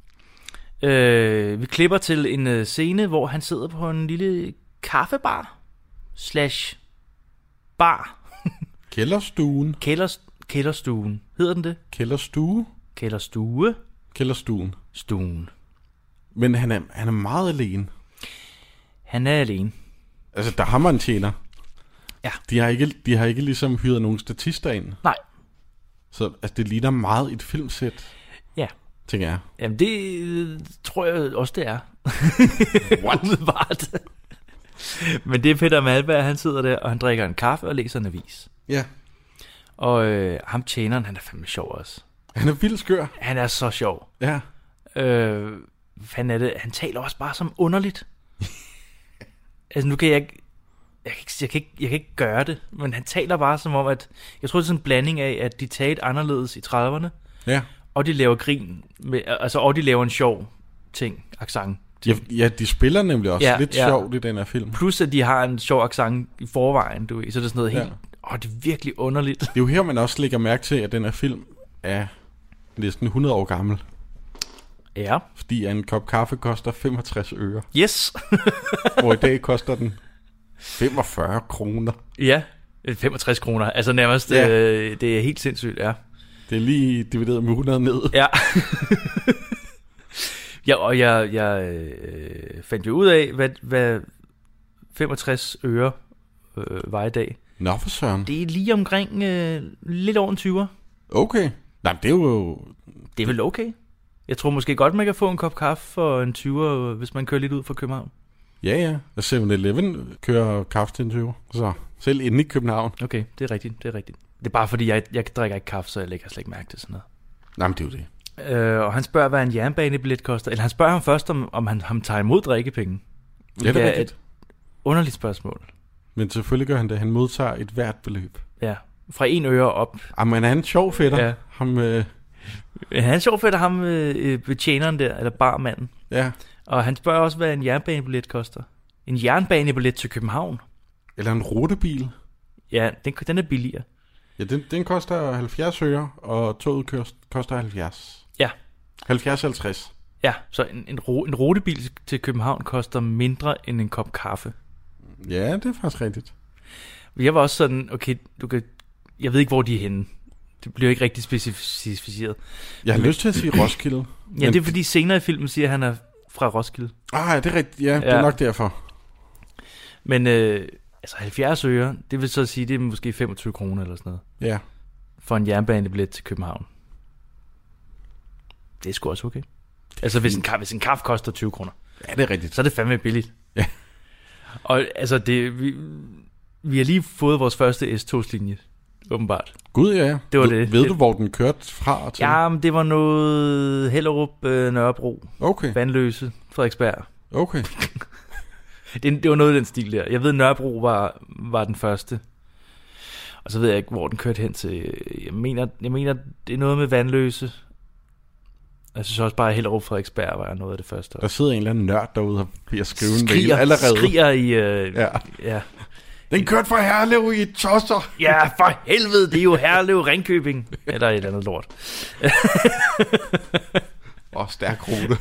Speaker 4: øh, vi klipper til en øh, scene, hvor han sidder på en lille kaffebar slash bar.
Speaker 3: Kælderstuen.
Speaker 4: Kælders, kælderstuen. Hedder den det?
Speaker 3: Kælderstue.
Speaker 4: Kælderstue.
Speaker 3: Kælderstuen.
Speaker 4: Stuen.
Speaker 3: Men han er, han er meget alene.
Speaker 4: Han er alene.
Speaker 3: Altså, der har man tjener.
Speaker 4: Ja.
Speaker 3: De har ikke, de har ikke ligesom hyret nogle statister ind.
Speaker 4: Nej.
Speaker 3: Så altså, det ligner meget et filmsæt,
Speaker 4: Ja.
Speaker 3: tænker jeg.
Speaker 4: Jamen det øh, tror jeg også, det er. What? Umiddelbart. Men det er Peter Malberg, han sidder der, og han drikker en kaffe og læser en avis.
Speaker 3: Ja.
Speaker 4: Og øh, ham tjeneren, han er fandme sjov også.
Speaker 3: Han er vildt skør.
Speaker 4: Han er så sjov.
Speaker 3: Ja.
Speaker 4: Øh, fanden er det? Han taler også bare som underligt. Altså nu kan jeg ikke jeg kan ikke, jeg, kan ikke, jeg kan ikke gøre det, men han taler bare som om, at jeg tror, det er sådan en blanding af, at de talte anderledes i trediverne,
Speaker 3: Ja.
Speaker 4: og de laver grin, med, altså, og de laver en sjov ting, accent.
Speaker 3: Ja, ja, de spiller nemlig også
Speaker 4: Ja,
Speaker 3: ja, lidt
Speaker 4: ja.
Speaker 3: ja. sjovt i den her film.
Speaker 4: Plus, at de har en sjov accent i forvejen, du ved, så det er sådan noget
Speaker 3: Ja.
Speaker 4: helt, åh, det er virkelig underligt.
Speaker 3: Det er jo her, man også lægger mærke til, at den her film er næsten hundrede år gammel.
Speaker 4: Ja.
Speaker 3: Fordi en kop kaffe koster femogtres øre,
Speaker 4: Yes.
Speaker 3: hvor i dag koster den femogfyrre kroner.
Speaker 4: Ja, femogtres kroner, altså nærmest,
Speaker 3: Ja.
Speaker 4: øh, det er helt sindssygt, ja.
Speaker 3: Det er lige divideret med hundrede ned.
Speaker 4: Ja. Ja, og jeg, jeg øh, fandt jo ud af, hvad, hvad femogtres øre øh, var i dag.
Speaker 3: Nå for søren.
Speaker 4: Det er lige omkring øh, lidt over en tyver.
Speaker 3: Okay. Nej, men det er jo...
Speaker 4: Det er vel okay. Jeg tror måske godt, man kan få en kop kaffe for en tyver, hvis man kører lidt ud fra København.
Speaker 3: Ja, ja. Og syv eleven kører kaffe til en tyver. Så selv inde i København.
Speaker 4: Okay, det er rigtigt, det er rigtigt. Det er bare fordi, jeg, jeg drikker ikke kaffe, så jeg lægger slet ikke mærke til sådan noget.
Speaker 3: Nej, men det er jo det.
Speaker 4: Øh, og han spørger, hvad en jernbanebillet koster. Eller han spørger ham først, om, om han ham tager imod drikkepenge.
Speaker 3: Ja, det er
Speaker 4: er
Speaker 3: rigtigt.
Speaker 4: et underligt spørgsmål.
Speaker 3: Men selvfølgelig gør han det. Han modtager et hvert beløb.
Speaker 4: Ja, fra en øre op.
Speaker 3: Jamen, han er en sjov fætter.
Speaker 4: Ja.
Speaker 3: Ham, øh,
Speaker 4: Han er sjovt fedt, ham øh, betjeneren der, eller barmanden.
Speaker 3: ja.
Speaker 4: Og han spørger også, hvad en jernbanebillet koster. En jernbanebillet til København?
Speaker 3: Eller en rutebil.
Speaker 4: Ja, den, den er billigere.
Speaker 3: Ja, den, den koster halvfjerds øre, og toget kører, koster halvfjerds.
Speaker 4: Ja.
Speaker 3: halvfjerds halvtreds.
Speaker 4: Ja, så en, en, ro, en rutebil til København koster mindre end en kop kaffe.
Speaker 3: Ja, det er faktisk rigtigt.
Speaker 4: Jeg var også sådan, okay, du kan, jeg ved ikke, hvor de er henne. Det bliver ikke rigtig specificeret.
Speaker 3: Jeg har lyst til at sige Roskilde.
Speaker 4: Ja, det er fordi senere i filmen siger, at han er fra Roskilde.
Speaker 3: Ah, ja, det er rigtigt. Ja, det
Speaker 4: Ja.
Speaker 3: er nok derfor.
Speaker 4: Men øh, altså halvfjerds øre, det vil så sige, det er måske femogtyve kroner eller sådan noget.
Speaker 3: Ja.
Speaker 4: For en jernbanebillet til København. Det er sgu også okay. Altså, hvis en, hvis en kaffe koster tyve kroner.
Speaker 3: Ja, det er rigtigt.
Speaker 4: Så er det fandme billigt.
Speaker 3: Ja.
Speaker 4: Og altså, det, vi, vi har lige fået vores første S togslinje, åbenbart.
Speaker 3: Gud, ja.
Speaker 4: Det var
Speaker 3: ved,
Speaker 4: det.
Speaker 3: Ved
Speaker 4: det,
Speaker 3: du, hvor den kørte fra og til?
Speaker 4: Ja, men det var noget Hellerup, øh, Nørrebro,
Speaker 3: okay.
Speaker 4: Vandløse, Frederiksberg.
Speaker 3: Okay.
Speaker 4: det, det var noget i den stil der. Jeg ved, Nørrebro var, var den første. Og så ved jeg ikke, hvor den kørte hen til. Jeg mener, jeg mener det er noget med Vandløse. Jeg synes også bare, at Hellerup Frederiksberg var noget af det første.
Speaker 3: Der sidder en eller anden nørd derude og bliver skrive en
Speaker 4: skriger,
Speaker 3: mail allerede.
Speaker 4: Skriger i... Øh,
Speaker 3: ja.
Speaker 4: ja.
Speaker 3: Den kørte fra Herlev i tosser.
Speaker 4: Ja, for helvede, det er jo Herlev, Ringkøbing. Eller et eller andet lort.
Speaker 3: Åh, oh, stærk rute.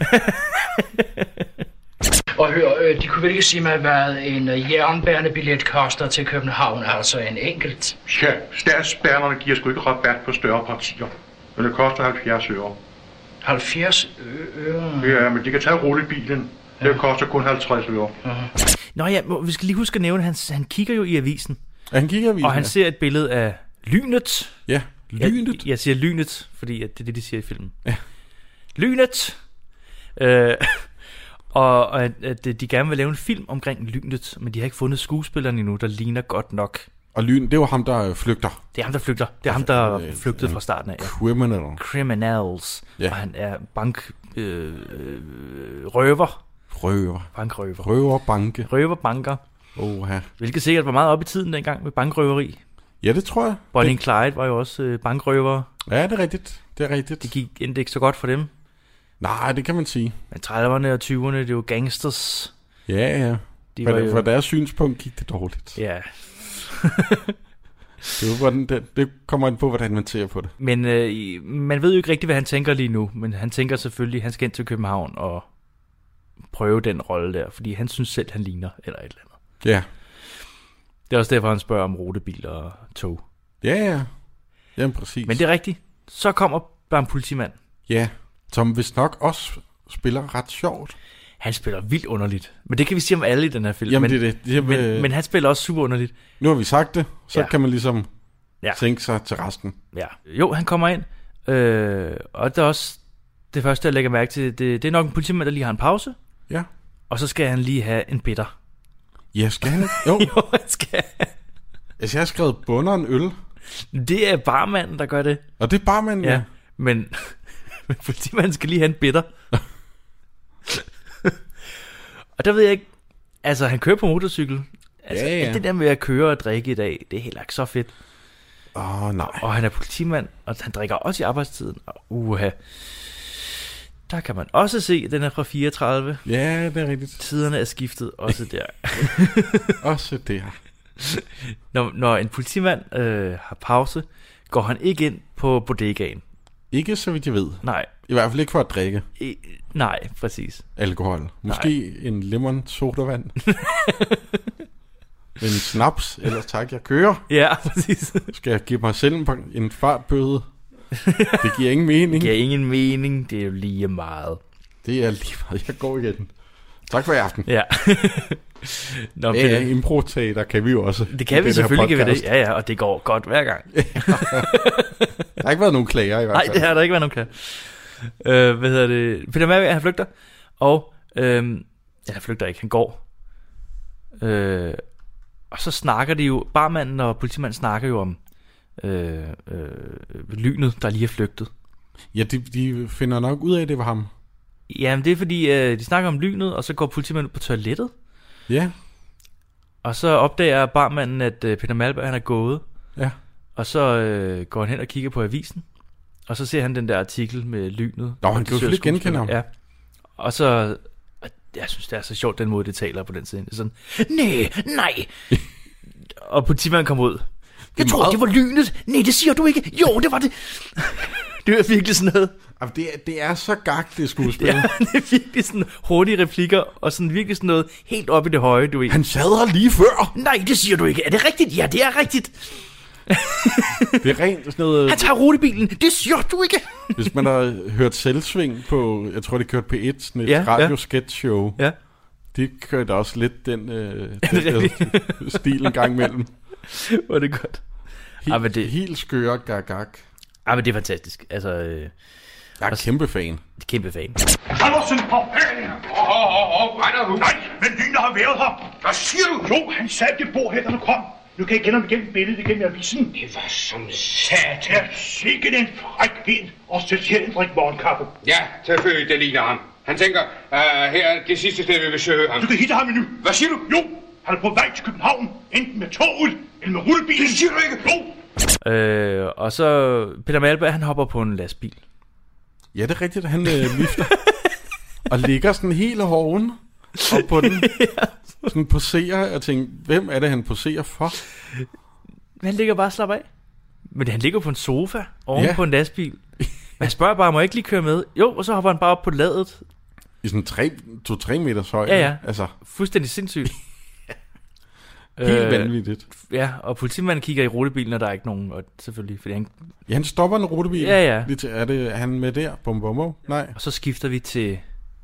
Speaker 8: Og hør, øh, de kunne vel ikke sige mig, hvad en øh, jernbanebillet koster til København, altså en enkelt?
Speaker 9: Ja, statsbanerne giver sgu ikke rabat på større partier. Men det koster halvfjerds øre.
Speaker 8: halvfjerds øre?
Speaker 9: Ja, men de kan tage rullebilen. Det ja. koster kun halvtreds øre.
Speaker 4: Uh-huh. Nå ja, vi skal lige huske at nævne, at han, han kigger jo i avisen.
Speaker 3: Ja, han kigger i avisen,
Speaker 4: og han
Speaker 3: ja.
Speaker 4: ser et billede af Lynet.
Speaker 3: Ja, Lynet.
Speaker 4: Jeg, jeg siger Lynet, fordi at det er det, de siger i filmen. Ja. Lynet! Øh, og og at, at de gerne vil lave en film omkring Lynet, men de har ikke fundet skuespilleren endnu, der ligner godt nok.
Speaker 3: Og Lyn, det er jo ham, der flygter.
Speaker 4: Det er ham, der flygter. Det er ham, der øh, flygtede fra starten af. Ja.
Speaker 3: Criminal.
Speaker 4: Criminals.
Speaker 3: Ja.
Speaker 4: Og han er bank... Øh, øh, røver.
Speaker 3: Røver.
Speaker 4: Bankrøver.
Speaker 3: Røver, banke.
Speaker 4: Røver, banker.
Speaker 3: Oha.
Speaker 4: Hvilket sikkert var meget op i tiden dengang med bankrøveri.
Speaker 3: Ja, det tror jeg.
Speaker 4: Bonnie
Speaker 3: det...
Speaker 4: and Clyde var jo også øh, bankrøvere.
Speaker 3: Ja, det er rigtigt. Det er rigtigt.
Speaker 4: Det gik endte ikke så godt for dem.
Speaker 3: Nej, det kan man sige.
Speaker 4: Men trediverne og tyverne, det var gangsters.
Speaker 3: Ja, ja.
Speaker 4: De
Speaker 3: for,
Speaker 4: var
Speaker 3: det,
Speaker 4: jo...
Speaker 3: for deres synspunkt gik det dårligt.
Speaker 4: Ja.
Speaker 3: det, hvordan, det, det kommer an på, hvordan man ser på det.
Speaker 4: Men øh, man ved jo ikke rigtigt, hvad han tænker lige nu. Men han tænker selvfølgelig, at han skal ind til København og prøve den rolle der. Fordi han synes selv, han ligner eller et eller andet.
Speaker 3: Ja.
Speaker 4: Det er også derfor, han spørger om rutebiler og tog.
Speaker 3: Ja, ja. Jamen, præcis.
Speaker 4: Men det er rigtigt. Så kommer bare en politimand.
Speaker 3: Ja, som vist nok også spiller ret sjovt.
Speaker 4: Han spiller vildt underligt. Men det kan vi sige om alle i den her film.
Speaker 3: Jamen,
Speaker 4: men,
Speaker 3: det er det. det er,
Speaker 4: men,
Speaker 3: øh...
Speaker 4: men han spiller også super underligt.
Speaker 3: Nu har vi sagt det, så
Speaker 4: ja.
Speaker 3: kan man ligesom
Speaker 4: ja.
Speaker 3: tænke sig til resten.
Speaker 4: Ja. Jo, han kommer ind. Øh, og det er også det første, jeg lægger mærke til. Det, det er nok en politimand, der lige har en pause.
Speaker 3: Ja.
Speaker 4: Og så skal han lige have en bitter.
Speaker 3: Ja, skal han? Jo.
Speaker 4: jo, han skal.
Speaker 3: Altså, jeg har skrevet bunder en øl.
Speaker 4: Det er barmanden, der gør det.
Speaker 3: Og det er barmanden,
Speaker 4: ja.
Speaker 3: ja.
Speaker 4: Men, men politimanden skal lige have en bitter. Og der ved jeg ikke, altså han kører på motorcykel. Altså
Speaker 3: ja, ja.
Speaker 4: det der med at køre og drikke i dag, det er heller ikke så fedt.
Speaker 3: Åh, oh, nej.
Speaker 4: Og han er politimand, og han drikker også i arbejdstiden. Og uha. Der kan man også se, den er fra fireogtredive.
Speaker 3: Ja, det er rigtigt.
Speaker 4: Tiderne er skiftet, også der.
Speaker 3: også der.
Speaker 4: Når, når en politimand øh, har pause, går han ikke ind på bodegaen.
Speaker 3: Ikke så vidt jeg ved.
Speaker 4: Nej.
Speaker 3: I hvert fald ikke for at drikke.
Speaker 4: I, nej, præcis.
Speaker 3: Alkohol. Måske nej. En lemon sodavand. En snaps, ellers tak, jeg kører.
Speaker 4: Ja, præcis.
Speaker 3: Skal jeg give mig selv en fartbøde? Det giver ingen mening.
Speaker 4: Det giver ingen mening, det er jo lige meget.
Speaker 3: Det er lige meget, jeg går igen. Tak for i aften.
Speaker 4: Ja. Nå,
Speaker 3: ja, ja, improteater kan vi jo også.
Speaker 4: Det kan vi selvfølgelig, kan vi det. Ja, ja, og det går godt hver gang.
Speaker 3: Der har ikke været nogen klager i hvert fald.
Speaker 4: Nej, det har der ikke været nogen klager. Øh, hvad hedder det? Peter Mærvig, han flygter. Og, øh, ja, han flygter ikke, han går. Øh, og så snakker de jo, barmanden og politimanden snakker jo om øh, øh, Lynet, der lige er flygtet.
Speaker 3: Ja, de, de finder nok ud af, at det var ham.
Speaker 4: Jamen, det er fordi, øh, de snakker om Lynet, og så går politimanden ud på toilettet.
Speaker 3: Ja.
Speaker 4: Og så opdager barmanden, at øh, Peter Malberg, han er gået.
Speaker 3: Ja.
Speaker 4: Og så øh, går han hen og kigger på avisen. Og så ser han den der artikel med Lynet.
Speaker 3: Nå, han kan jo slet genkende ham.
Speaker 4: Ja. Og så, jeg synes, det er så sjovt, den måde, det taler på den side. Det er sådan, nej, nej. Og politimanden kommer ud. Jeg tror, meget... det var Lynet. Nej, det siger du ikke. Jo, det var det. Det er virkelig sådan noget.
Speaker 3: Det er, det er så gak, det skuespil.
Speaker 4: Ja, det er virkelig sådan hurtige replikker, og sådan virkelig sådan noget helt op i det høje, du ved.
Speaker 3: Han sad her lige før.
Speaker 4: Nej, det siger du ikke. Er det rigtigt? Ja, det er rigtigt.
Speaker 3: Det er rent sådan noget...
Speaker 4: Han tager rutebilen. Det siger du ikke.
Speaker 3: Hvis man har hørt Selvsving på, jeg tror det kørte P et, sådan et
Speaker 4: ja,
Speaker 3: radio-sketch-show.
Speaker 4: Ja.
Speaker 3: Det kørte også lidt den, øh, den der stil en gang imellem.
Speaker 4: Var det godt.
Speaker 3: Helt, ah, det... helt skøre gag-gag.
Speaker 4: Ah, men det er fantastisk. Altså, øh...
Speaker 3: Jeg er kæmpe fan.
Speaker 4: Kæmpe fan.
Speaker 9: Halvorsen på fanden! Åh, åh, åh, brænder du? Nej, men Lyner har været her. Hvad siger du? Jo, han sad det bord her, da du kom. Nu kan jeg kende ham igennem billedet igennem avisen.
Speaker 7: Det var som satan.
Speaker 9: Ja, sikke den frækhed. Og sæt her en drik morgenkaffe.
Speaker 7: Ja, selvfølgelig, det ligner ham. Han tænker, uh, her er det sidste sted, vi vil søge ham.
Speaker 9: Du kan hitte ham endnu.
Speaker 7: Hvad siger du?
Speaker 9: Jo, han er på vej til København. Enten med toget eller med rullebilen.
Speaker 7: Det siger du ikke.
Speaker 9: Jo.
Speaker 4: Øh, og så Peter Malberg, han hopper på en lastbil.
Speaker 3: Ja, det er rigtigt, at han øh, vifter. Og ligger sådan hele hoven op på den. Sådan poserer. Jeg tænker, hvem er det, han poserer for?
Speaker 4: Han ligger bare og slapper af. Men han ligger på en sofa oven
Speaker 3: Ja.
Speaker 4: på en lastbil. Men han spørger bare, må jeg ikke lige køre med? Jo, og så hopper han bare op på ladet.
Speaker 3: I sådan tre, to-tre meters højde.
Speaker 4: Ja, ja.
Speaker 3: Altså,
Speaker 4: Fuldstændig sindssygt.
Speaker 3: helt øh, vanvittigt.
Speaker 4: Ja, og politimanden kigger i rullebilen, og der er ikke nogen, og selvfølgelig, fordi han...
Speaker 3: Ja, han stopper en rutebil.
Speaker 4: Ja, ja.
Speaker 3: Lige til, er, det, er han med der? Bum, bum, bum. Nej.
Speaker 4: Og så skifter vi til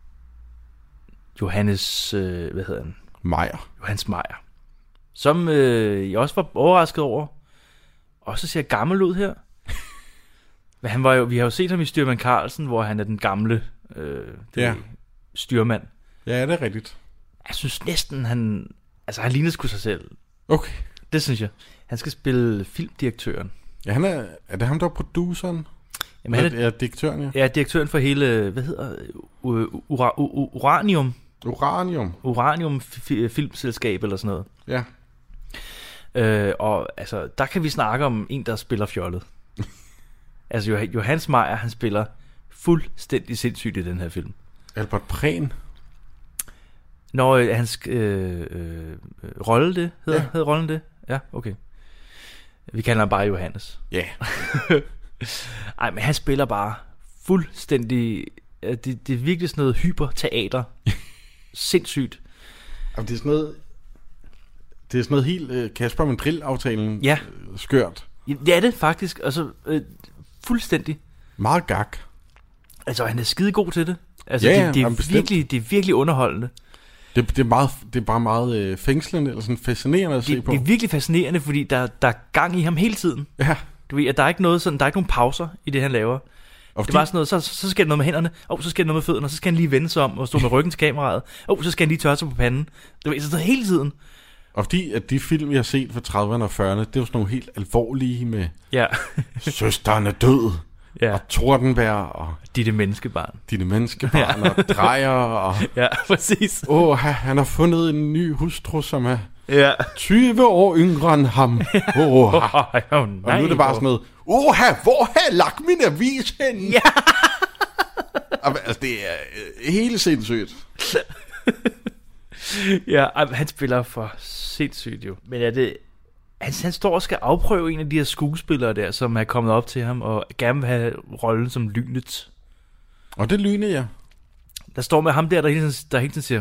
Speaker 4: Johannes, øh, hvad hedder han?
Speaker 3: Meyer.
Speaker 4: Johannes Meyer. Som øh, jeg også var overrasket over. Og så ser gammel ud her. Men han var jo, vi har jo set ham i Styrmand Carlsen, hvor han er den gamle øh, den
Speaker 3: Ja.
Speaker 4: styrmand.
Speaker 3: Ja, det er rigtigt.
Speaker 4: Jeg synes næsten, han... Altså, han ligner sgu sig selv.
Speaker 3: Okay.
Speaker 4: Det synes jeg. Han skal spille filmdirektøren.
Speaker 3: Ja, han er, er det ham, der er produceren?
Speaker 4: Jamen, han er,
Speaker 3: Ja, direktøren, ja.
Speaker 4: ja, direktøren for hele, hvad hedder, u- ura, u- Uranium.
Speaker 3: Uranium.
Speaker 4: Uranium fi- filmselskab eller sådan noget.
Speaker 3: Ja.
Speaker 4: Øh, og altså, der kan vi snakke om en, der spiller fjollet. Altså, Joh- Johannes Meyer, han spiller fuldstændig sindssygt i den her film.
Speaker 3: Albert Prehn.
Speaker 4: Når øh, hans øh, øh, rolle det, hedder,
Speaker 3: Ja.
Speaker 4: hedder rollen det? Ja, okay. Vi kalder ham bare Johannes.
Speaker 3: Ja.
Speaker 4: Ej, men han spiller bare fuldstændig... øh, Det, det er virkelig sådan noget hyperteater. Sindssygt.
Speaker 3: Jamen, det er sådan noget... Det er sådan noget helt uh, Kasper med drill-aftalen.
Speaker 4: Ja.
Speaker 3: uh, Skørt.
Speaker 4: Ja, det er det faktisk. Altså, øh, fuldstændig.
Speaker 3: Meget gak.
Speaker 4: Altså, han er skide god til det. Altså,
Speaker 3: Ja,
Speaker 4: det, det, er
Speaker 3: jamen, bestemt.
Speaker 4: virkelig, det er virkelig underholdende.
Speaker 3: Det, det, er meget, det er bare meget øh, fængslende, eller sådan fascinerende at se
Speaker 4: Det,
Speaker 3: på.
Speaker 4: det er virkelig fascinerende, fordi der, der er gang i ham hele tiden.
Speaker 3: Ja.
Speaker 4: Du ved, at der er ikke noget sådan, der er ikke nogen pauser i det, han laver.
Speaker 3: Og
Speaker 4: Det var sådan noget, så, så sker der noget med hænderne, og oh, så sker der noget med fødderne, og så skal han lige vende sig om og stå med ryggen til kameraet. Og oh, så skal han lige tørre sig på panden. Du ved, så sådan hele tiden.
Speaker 3: Og fordi at de film, vi har set fra trediverne og fyrrerne, det er jo sådan nogle helt alvorlige med
Speaker 4: Ja.
Speaker 3: søsteren er død,
Speaker 4: Ja.
Speaker 3: og Tordenberg, og
Speaker 4: De er det menneskebarn.
Speaker 3: Dine menneskebarn, ja. og Drejer, og
Speaker 4: Ja, præcis.
Speaker 3: åh, han har fundet en ny hustru, som er
Speaker 4: Ja.
Speaker 3: tyve år yngre end ham. Åh,
Speaker 4: Oh,
Speaker 3: og
Speaker 4: nej,
Speaker 3: nu er det bare sådan noget, åh, hvor har jeg lagt min avis hen?
Speaker 4: Ja.
Speaker 3: Altså, det er øh, helt sindssygt.
Speaker 4: Ja, ej, han spiller for sindssygt jo. Men er det... Han, han står og skal afprøve en af de her skuespillere der, som er kommet op til ham, og gerne vil have rollen som Lynet.
Speaker 3: Og det lyner jeg.
Speaker 4: Der står med ham der, der hele tiden, der hele tiden siger...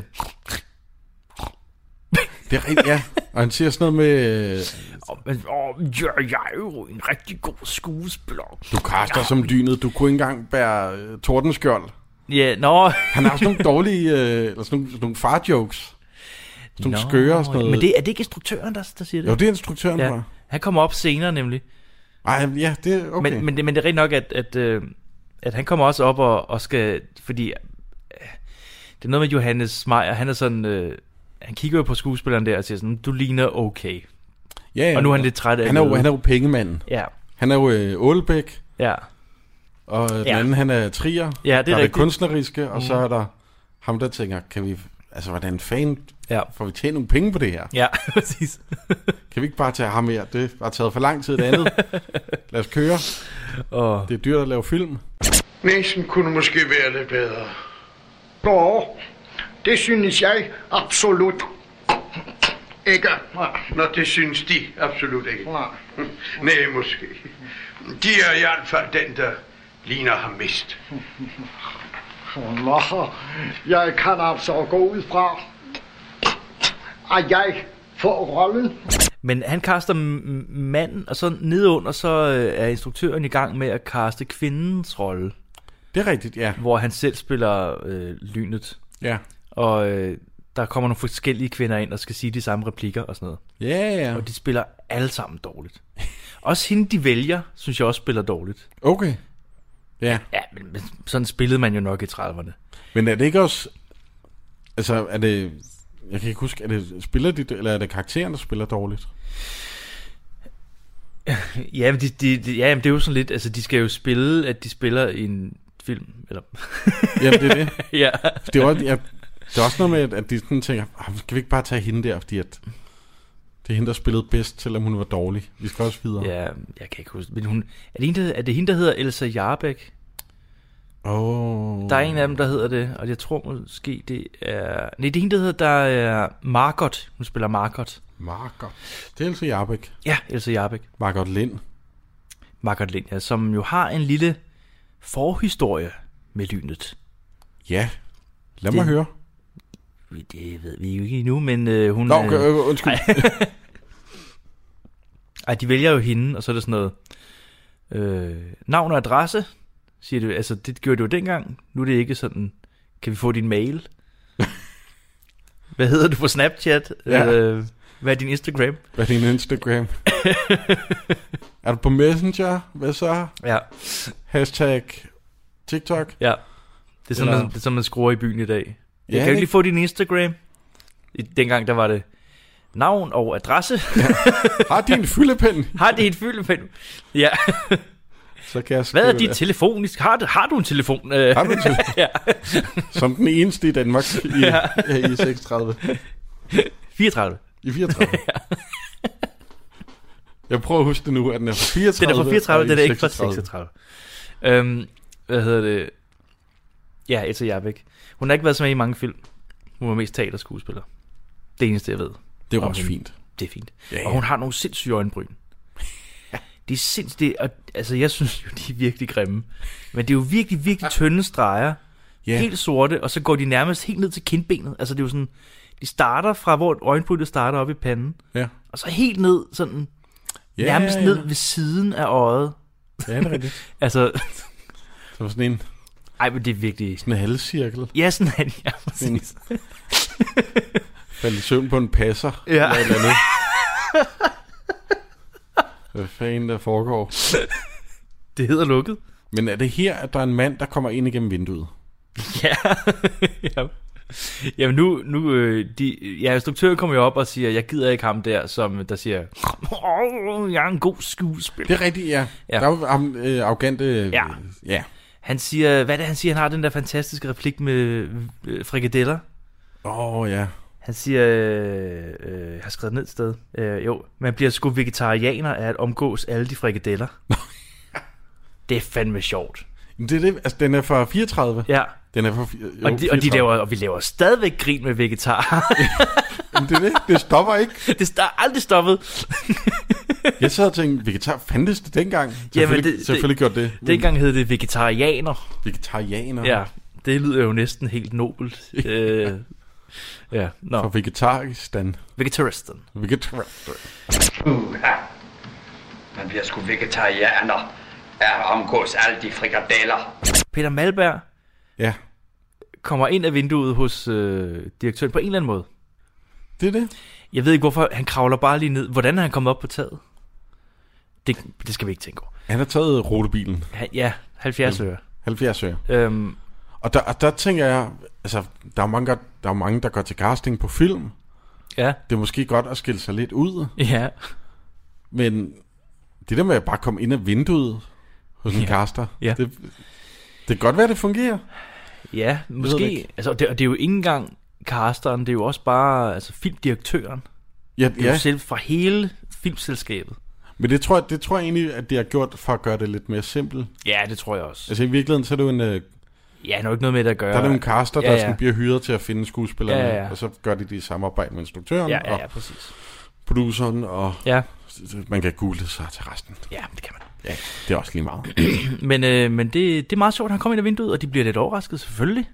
Speaker 3: Det er rigtigt, ja. Og han siger sådan noget med, øh,
Speaker 4: Åh, men, åh, ja, jeg er jo en rigtig god skuespiller.
Speaker 3: du kaster som lynet, du kunne ikke engang bære øh, tordenskjold.
Speaker 4: Ja, nå...
Speaker 3: Han har sådan nogle dårlige, øh, eller sådan nogle, sådan nogle far-jokes. Sådan nogle skøre og sådan noget.
Speaker 4: Men det, er det ikke instruktøren, der, der siger det?
Speaker 3: Jo, det er instruktøren,
Speaker 4: ja.
Speaker 3: tror jeg.
Speaker 4: Han kommer op senere nemlig.
Speaker 3: Ej, ja, det er okay.
Speaker 4: Men, men, det, men det er rigtig nok, at, at, øh, at han kommer også op og, og skal... Fordi øh, det er noget med Johannes Meyer. Han er sådan... Øh, han kigger jo på skuespilleren der og siger sådan, du ligner okay.
Speaker 3: ja, ja.
Speaker 4: Og nu er han lidt træt af
Speaker 3: han er, jo,
Speaker 4: det.
Speaker 3: han er jo pengemanden.
Speaker 4: Ja,
Speaker 3: Han er jo øh, Ålbæk,
Speaker 4: ja.
Speaker 3: og den
Speaker 4: Ja.
Speaker 3: anden, han er Trier.
Speaker 4: Ja, det er
Speaker 3: der er det
Speaker 4: rigtigt.
Speaker 3: kunstneriske, og så er der ham, der tænker, kan vi... Altså, hvordan fanden
Speaker 4: Ja.
Speaker 3: får vi tjene nogle penge på det her?
Speaker 4: Ja, præcis.
Speaker 3: Kan vi ikke bare tage ham her? Det har taget for lang tid det andet. Lad os køre.
Speaker 4: Og
Speaker 3: Det er dyrt at lave film.
Speaker 6: Næsen kunne måske være lidt bedre.
Speaker 8: Nå, det synes jeg absolut ikke.
Speaker 6: Nå, det synes de absolut ikke.
Speaker 8: Nej.
Speaker 6: Nej, måske. De er i hvert fald den, der ligner ham mest.
Speaker 8: Nå, jeg kan altså gå ud fra, at jeg får rollen.
Speaker 4: Men han kaster m- manden, og så nedunder, så øh, er instruktøren i gang med at kaste kvindens rolle,
Speaker 3: Det er rigtigt, ja.
Speaker 4: hvor han selv spiller øh, Lynet.
Speaker 3: Ja.
Speaker 4: Og øh, der kommer nogle forskellige kvinder ind og skal sige de samme replikker og sådan noget.
Speaker 3: Ja, ja.
Speaker 4: Og de spiller alle sammen dårligt. Også hende, de vælger, synes jeg også spiller dårligt.
Speaker 3: Okay. Ja.
Speaker 4: Ja, men, men sådan spillede man jo nok i trediverne.
Speaker 3: Men er det ikke også... Altså, er det... Jeg kan ikke huske, er det spiller de, eller er det karakteren, der spiller dårligt?
Speaker 4: Ja, men de, de, de, ja, men det er jo sådan lidt... Altså, de skal jo spille, at de spiller i en film, eller...
Speaker 3: Jamen, det er det.
Speaker 4: Ja.
Speaker 3: Det er, også, ja, det er også noget med, at de sådan tænker, skal vi ikke bare tage hende der, fordi at det er hende, der spillede bedst, selvom hun var dårlig. Vi skal også videre.
Speaker 4: Ja, jeg kan ikke huske. Men hun, er, det hende, der, er det hende, der hedder Elsa Jarbæk?
Speaker 3: Oh.
Speaker 4: Der er en af dem, der hedder det, og jeg tror måske, det er... Nej, det er hende, der hedder, der er Margot. Hun spiller Margot.
Speaker 3: Margot. Det er Elsa Jarbæk.
Speaker 4: Ja, Elsa Jarbæk.
Speaker 3: Margot Lind.
Speaker 4: Margot Lind, ja, som jo har en lille forhistorie med Lynet.
Speaker 3: Ja, lad mig det, høre.
Speaker 4: Det ved vi jo ikke endnu, men øh, hun...
Speaker 3: Nå, okay, øh, undskyld.
Speaker 4: Ej. Ej, de vælger jo hende, og så er det sådan noget... Øh, navn og adresse, siger du. Altså, det gjorde du jo dengang. Nu er det ikke sådan... Kan vi få din mail? Hvad hedder du på Snapchat?
Speaker 3: Ja.
Speaker 4: Øh, hvad er din Instagram?
Speaker 3: Hvad er din Instagram? Er du på Messenger? Hvad så?
Speaker 4: Ja.
Speaker 3: Hashtag TikTok?
Speaker 4: Ja. Det er sådan, man, det er sådan, man skruer i byen i dag. Jeg ja, kan jo ikke lige få din Instagram. I, dengang der var det navn og adresse.
Speaker 3: Ja. Har din fyldepen?
Speaker 4: Har din fyldepen? Ja.
Speaker 3: Så kan jeg
Speaker 4: hvad er dit telefonisk? Har du, har du en telefon?
Speaker 3: Har du en telefon?
Speaker 4: Ja.
Speaker 3: Som den eneste i Danmark i,
Speaker 4: ja.
Speaker 3: i seksogtredive.
Speaker 4: fireogtredive.
Speaker 3: I fireogtredive? Ja. Jeg prøver at huske det nu, at den er fra fireogtredive.
Speaker 4: Den er fra fireogtredive, den er ikke fra seksogtredive. Øhm, hvad hedder det? Ja, Elsa Jarbæk. Hun har ikke været så med i mange film. Hun var mest teaterskuespiller. Det eneste, jeg ved.
Speaker 3: Det er også hende. Fint.
Speaker 4: Det er fint.
Speaker 3: Ja, ja.
Speaker 4: Og hun har nogle sindssyge øjenbryn. De er sindssygt... Altså, jeg synes jo, de er virkelig grimme. Men det er jo virkelig, virkelig tynde streger. Yeah. Helt sorte, og så går de nærmest helt ned til kindbenet. Altså, det er jo sådan... De starter fra, hvor øjenbrynet starter op i panden.
Speaker 3: Ja.
Speaker 4: Og så helt ned, sådan... Yeah, nærmest yeah. ned ved siden af øjet.
Speaker 3: Ja, det er rigtigt.
Speaker 4: Altså...
Speaker 3: Så sådan en...
Speaker 4: Ej, men det er virkelig...
Speaker 3: Sådan en halvcirkel.
Speaker 4: Ja, sådan en... Ja, præcis.
Speaker 3: Faldt i søvn på en passer.
Speaker 4: Ja.
Speaker 3: Eller eller andet. Hvad fanden der foregår?
Speaker 4: Det hedder lukket.
Speaker 3: Men er det her, at der er en mand, der kommer ind igennem vinduet?
Speaker 4: Ja. Ja. Jamen nu, nu øh, de, ja, instruktøren kommer jo op og siger, jeg gider ikke ham der, som der siger, oh, jeg er en god skuespiller.
Speaker 3: Det er rigtigt, ja. ja. Der er jo ham, øh, arrogante... Øh,
Speaker 4: ja.
Speaker 3: ja.
Speaker 4: Han siger, hvad er det, han siger? Han har den der fantastiske replik med øh, frikadeller.
Speaker 3: Åh, oh, ja.
Speaker 4: Han siger, øh, øh, jeg har skrevet ned et sted, øh, jo, man bliver sgu vegetarianer af at omgås alle de frikadeller. Det er fandme sjovt.
Speaker 3: Det er det, altså den er fra fireogtredive.
Speaker 4: Ja.
Speaker 3: Den er fra jo,
Speaker 4: og, de, og, de laver, og vi laver stadigvæk grin med vegetarer.
Speaker 3: Jamen det er det, det stopper ikke.
Speaker 4: Det er aldrig stoppet.
Speaker 3: Jeg sad og tænkte, vegetar, fandtes det dengang? Selvfølgelig,
Speaker 4: Jamen det,
Speaker 3: selvfølgelig gjorde det.
Speaker 4: Dengang hed det vegetarianer.
Speaker 3: Vegetarianer?
Speaker 4: Ja, det lyder jo næsten helt nobelt. øh, ja, no.
Speaker 3: For vegetaristan.
Speaker 4: Vegetaristan.
Speaker 3: Vegetaristan.
Speaker 6: Uh, man bliver sgu vegetarianer af omgås alle de frikadeller.
Speaker 4: Peter Malberg
Speaker 3: ja.
Speaker 4: kommer ind af vinduet hos øh, direktøren på en eller anden måde.
Speaker 3: Det er det.
Speaker 4: Jeg ved ikke hvorfor, han kravler bare lige ned. Hvordan er han kommet op på taget? Det, det skal vi ikke tænke over.
Speaker 3: Han har taget rutebilen.
Speaker 4: Ha, ja, halvfjerds øre.
Speaker 3: halvfjerds øre.
Speaker 4: Øhm,
Speaker 3: og, der, og der tænker jeg, altså, der er, mange, der er mange, der går til casting på film.
Speaker 4: Ja.
Speaker 3: Det er måske godt at skille sig lidt ud.
Speaker 4: Ja.
Speaker 3: Men det der med at bare komme ind af vinduet hos en
Speaker 4: ja.
Speaker 3: caster,
Speaker 4: ja.
Speaker 3: det, det kan godt være, det fungerer.
Speaker 4: Ja, måske. Altså, det, det er jo ikke engang casteren, det er jo også bare altså, filmdirektøren.
Speaker 3: Ja,
Speaker 4: det er
Speaker 3: ja.
Speaker 4: jo selv fra hele filmselskabet.
Speaker 3: Men det tror, jeg, det tror jeg egentlig, at de har gjort for at gøre det lidt mere simpelt.
Speaker 4: Ja, det tror jeg også.
Speaker 3: Altså i virkeligheden, så er det jo en... Uh,
Speaker 4: ja, der er jo ikke noget med det at gøre.
Speaker 3: Der er jo en caster, der ja, ja. bliver hyret til at finde skuespillerne,
Speaker 4: ja, ja.
Speaker 3: og så gør de det i samarbejde med instruktøren
Speaker 4: ja, ja, ja,
Speaker 3: og
Speaker 4: præcis.
Speaker 3: produceren, og
Speaker 4: ja.
Speaker 3: man kan google sig til resten.
Speaker 4: Ja, det kan man.
Speaker 3: Ja, det er også lige meget.
Speaker 4: men øh, men det, det er meget sjovt, at han kommer ind af vinduet, og de bliver lidt overrasket, selvfølgelig.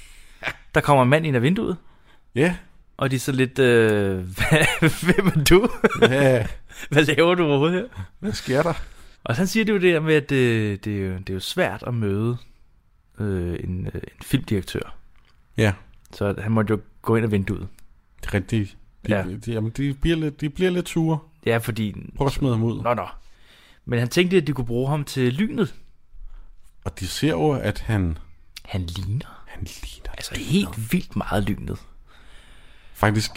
Speaker 4: Der kommer en mand ind af vinduet.
Speaker 3: Ja.
Speaker 4: Og de er så lidt, øh, hvem er du?
Speaker 3: Ja.
Speaker 4: Hvad laver du overhovedet her?
Speaker 3: Hvad sker der?
Speaker 4: Og så han siger det jo det der med, at det, det, er, jo, det er jo svært at møde øh, en, en filmdirektør.
Speaker 3: Ja.
Speaker 4: Så han måtte jo gå ind af vinduet.
Speaker 3: Det er rigtigt. De,
Speaker 4: ja.
Speaker 3: de, jamen, de, bliver lidt, de bliver lidt sure.
Speaker 4: Ja, fordi...
Speaker 3: Prøv at smide ham ud.
Speaker 4: Nå, nå. Men han tænkte, at de kunne bruge ham til Lynet.
Speaker 3: Og de ser jo, at han...
Speaker 4: Han ligner.
Speaker 3: Han ligner.
Speaker 4: Altså helt vildt meget lynet.
Speaker 3: Faktisk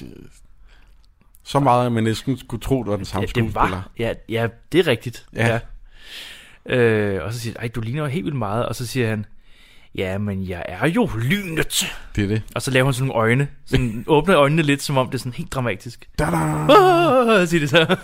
Speaker 3: så meget, at man næsten skulle tro, det var den samme
Speaker 4: ja, det
Speaker 3: skuespiller.
Speaker 4: Var, ja, ja, det er rigtigt.
Speaker 3: Ja.
Speaker 4: Ja. Øh, og så siger han, ej, du ligner jo helt vildt meget. Og så siger han, ja, men jeg er jo lynet.
Speaker 3: Det er det.
Speaker 4: Og så laver han sådan nogle øjne. Sådan åbner øjnene lidt, som om det er sådan helt dramatisk.
Speaker 3: Da-da!
Speaker 4: Åh, siger det så.